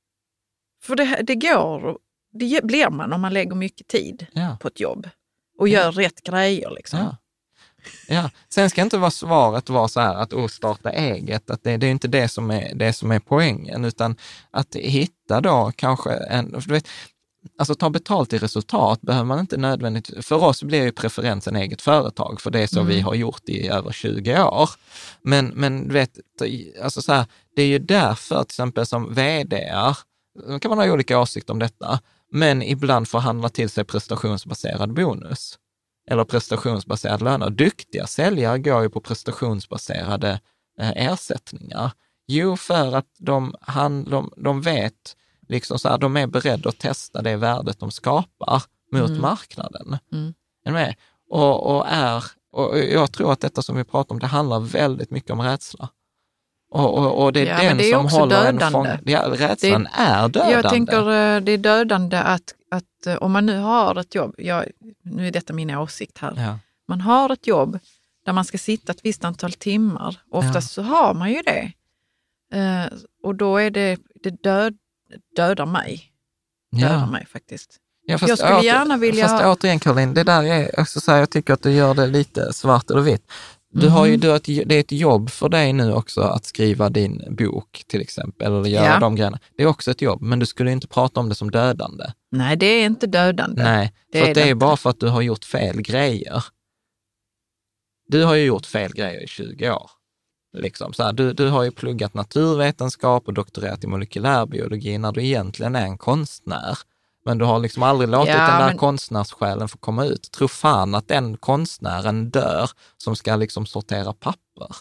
För det, det går, det blir man om man lägger mycket tid Ja. på ett jobb. Och gör rätt grejer liksom. Ja. Ja. Sen ska inte vara svaret vara så här att oh, starta eget. Att det, det är inte det som är, det som är poängen. Utan att hitta då kanske en... Du vet, alltså ta betalt i resultat behöver man inte nödvändigt... För oss blir ju preferensen eget företag. För det är så mm. vi har gjort i över tjugo år. Men, men du vet, alltså så här, det är ju därför till exempel som vd:ar, kan man ha olika åsikter om detta, men ibland förhandla till sig prestationsbaserad bonus. Eller prestationsbaserad löner. Duktiga säljare går ju på prestationsbaserade eh, ersättningar. Jo, för att de, han, de, de vet, liksom så här, de är beredda att testa det värdet de skapar mot Mm. marknaden. Mm. Är med? Och, och, är, och jag tror att detta som vi pratar om, det handlar väldigt mycket om rädsla. Och, och, och det är Ja, den men det är som också håller dödande. en fång... Ja, rädslan Det- är dödande. Jag tänker eh, det är dödande att, att eh, om man nu har ett jobb, jag, nu är detta min åsikt här, Ja, man har ett jobb där man ska sitta ett visst antal timmar, oftast så har man ju det. Eh, och då är det, det död, dödar mig. Dödar ja. mig faktiskt. Ja, fast Jag skulle åter, gärna vilja Fast ha- återigen, Caroline, det där är också så här, jag tycker att du gör det lite svart eller vitt. Du har ju, Mhm. du har ett, det är ett jobb för dig nu också att skriva din bok till exempel, eller göra Ja. de grejerna. Det är också ett jobb, men du skulle inte prata om det som dödande. Nej, det är inte dödande. Nej, det för är att det det är inte. bara för att du har gjort fel grejer. Du har ju gjort fel grejer i tjugo år. Liksom. Så här, du, du har ju pluggat naturvetenskap och doktorerat i molekylärbiologi när du egentligen är en konstnär. Men du har liksom aldrig låtit Ja, den där men- konstnärssjälen få komma ut. Tro fan att den konstnären dör som ska liksom sortera papper.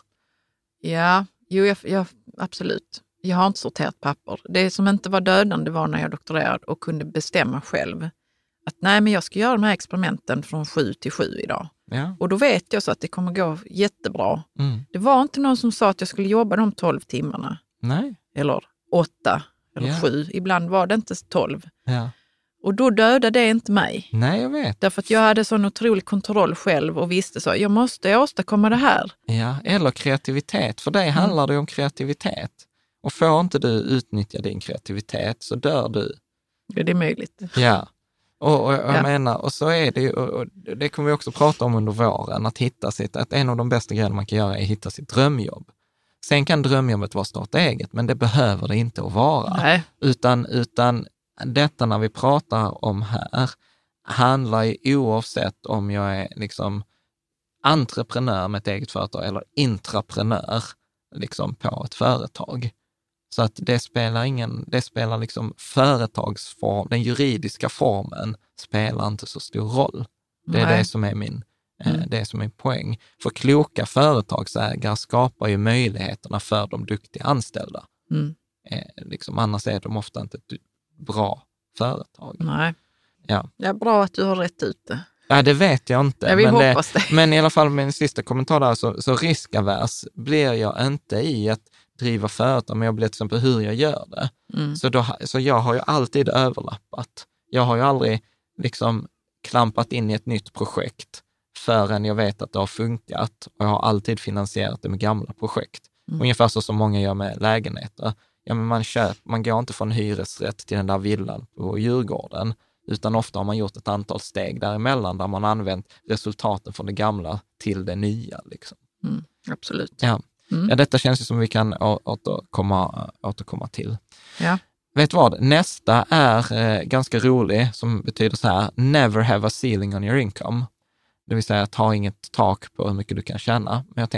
Ja, jo, jag, jag, absolut. Jag har inte sorterat papper. Det som inte var dödande var när jag doktorerade och kunde bestämma själv att nej, men jag ska göra de här experimenten från sju till sju idag. Ja. Och då vet jag så att det kommer gå jättebra. Mm. Det var inte någon som sa att jag skulle jobba de tolv timmarna. Nej. Eller åtta eller Ja. sju. Ibland var det inte tolv. Ja. Och då dödade det inte mig. Nej, jag vet. Därför att jag hade sån otrolig kontroll själv och visste så, jag måste åstadkomma det här. Ja, eller kreativitet. För dig handlar det om kreativitet. Och får inte du utnyttja din kreativitet så dör du. Ja, det är möjligt. Ja, och, och jag Ja. menar, och så är det ju, och, och det kommer vi också prata om under våren, att hitta sitt, att en av de bästa grejerna man kan göra är att hitta sitt drömjobb. Sen kan drömjobbet vara starta eget, men det behöver det inte att vara. Nej. Utan, utan detta när vi pratar om här handlar ju oavsett om jag är liksom entreprenör med ett eget företag eller intraprenör liksom på ett företag. Så att det spelar ingen, det spelar liksom företagsform, den juridiska formen spelar inte så stor roll. Det är Nej. det som är min, eh, Mm. det som är min poäng. För kloka företagsägare skapar ju möjligheterna för de duktiga anställda. Mm. Eh, liksom, annars är de ofta inte ett bra företag. Nej. Ja. Det är bra att du har rätt ut det. Ja, det vet jag inte. Jag vill men, hoppas det, det. men i alla fall min sista kommentar där, så, så riskavers blir jag inte i att driva företag, men jag blir till exempel hur jag gör det. Mm. Så, då, så jag har ju alltid överlappat. Jag har ju aldrig liksom klampat in i ett nytt projekt förrän jag vet att det har funkat, och jag har alltid finansierat det med gamla projekt. Mm. Ungefär så som många gör med lägenheter. Ja, men man, köp, man går inte från hyresrätt till den där villan på Djurgården, utan ofta har man gjort ett antal steg däremellan där man använt resultaten från det gamla till det nya. Liksom. Mm. Absolut. Ja. Mm. Ja, detta känns ju som vi kan å- återkomma, återkomma till. Ja. Vet du vad? Nästa är eh, ganska rolig, som betyder så här: never have a ceiling on your income. Det vill säga, ta inget tak på hur mycket du kan tjäna. Men jag tänker att vi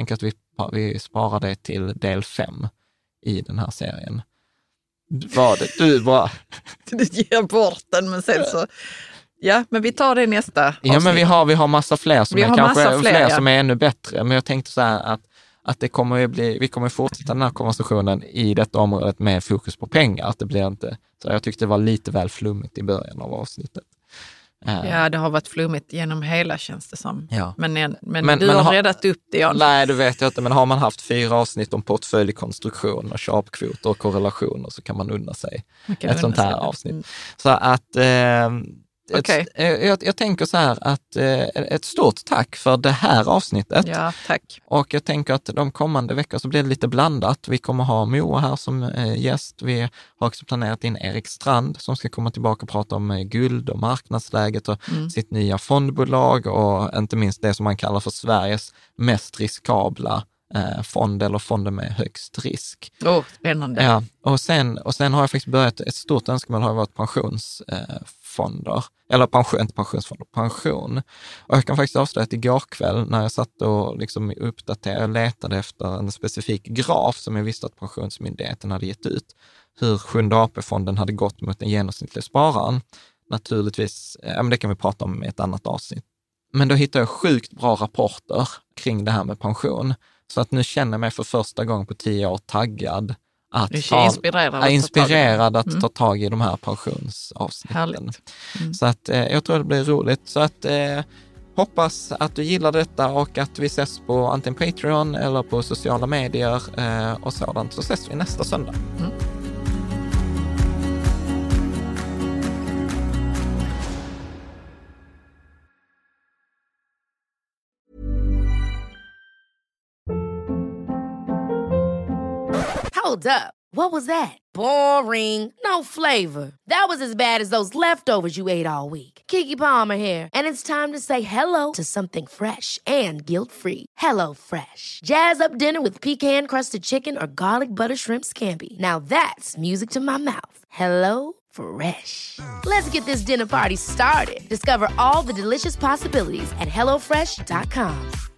vi sparar det till del fem i den här serien. Var det du bara... Du ger bort den, men sen så... Ja, men vi tar det nästa avsnitt. Ja, men vi har, vi har massa fler som vi är kanske fler, fler ja. som är ännu bättre. Men jag tänkte så här att, att det kommer att bli, vi kommer att fortsätta den här konversationen i detta området med fokus på pengar. Att det blir inte, så jag tyckte det var lite väl flummigt i början av avsnittet. Ja, det har varit flummigt genom hela, känns det som. Ja. Men, men, men du men har ha, redat upp det, Jan. Nej, det vet jag inte. Men har man haft fyra avsnitt om portföljkonstruktion och sharpkvoter och korrelationer så kan man unna sig ett unna sånt här sig. avsnitt. Mm. Så att... Eh, Okay. Ett, jag, jag tänker så här att eh, ett stort tack för det här avsnittet. Ja, tack. Och jag tänker att de kommande veckor så blir det lite blandat. Vi kommer ha Moa här som eh, gäst. Vi har också planerat in Erik Strand som ska komma tillbaka och prata om eh, guld och marknadsläget och mm. sitt nya fondbolag och inte minst det som man kallar för Sveriges mest riskabla eh, fond eller fonder med högst risk. Åh, oh, spännande. Ja, och sen, och sen har jag faktiskt börjat, ett stort önskemål har varit pensionsfonder. Eh, eller pension, inte pensionsfonder, pension. Och jag kan faktiskt avslöja att igår kväll när jag satt och liksom uppdaterade och letade efter en specifik graf som jag visste att Pensionsmyndigheten hade gett ut, hur sjunde A P-fonden hade gått mot den genomsnittliga spararen. Naturligtvis, ja, men det kan vi prata om i ett annat avsnitt. Men då hittade jag sjukt bra rapporter kring det här med pension. Så att nu känner jag mig för första gången på tio år taggad att ta, inspirerad, är inspirerad att mm. ta tag i de här pensionsavsnitten. Mm. Så att eh, jag tror det blir roligt. Så att eh, hoppas att du gillar detta och att vi ses på antingen Patreon eller på sociala medier eh, och sådant. Så ses vi nästa söndag. Mm. Hold up. What was that? Boring. No flavor. That was as bad as those leftovers you ate all week. Keke Palmer here, and it's time to say hello to something fresh and guilt-free. Hello Fresh. Jazz up dinner with pecan-crusted chicken or garlic butter shrimp scampi. Now that's music to my mouth. Hello Fresh. Let's get this dinner party started. Discover all the delicious possibilities at hello fresh dot com.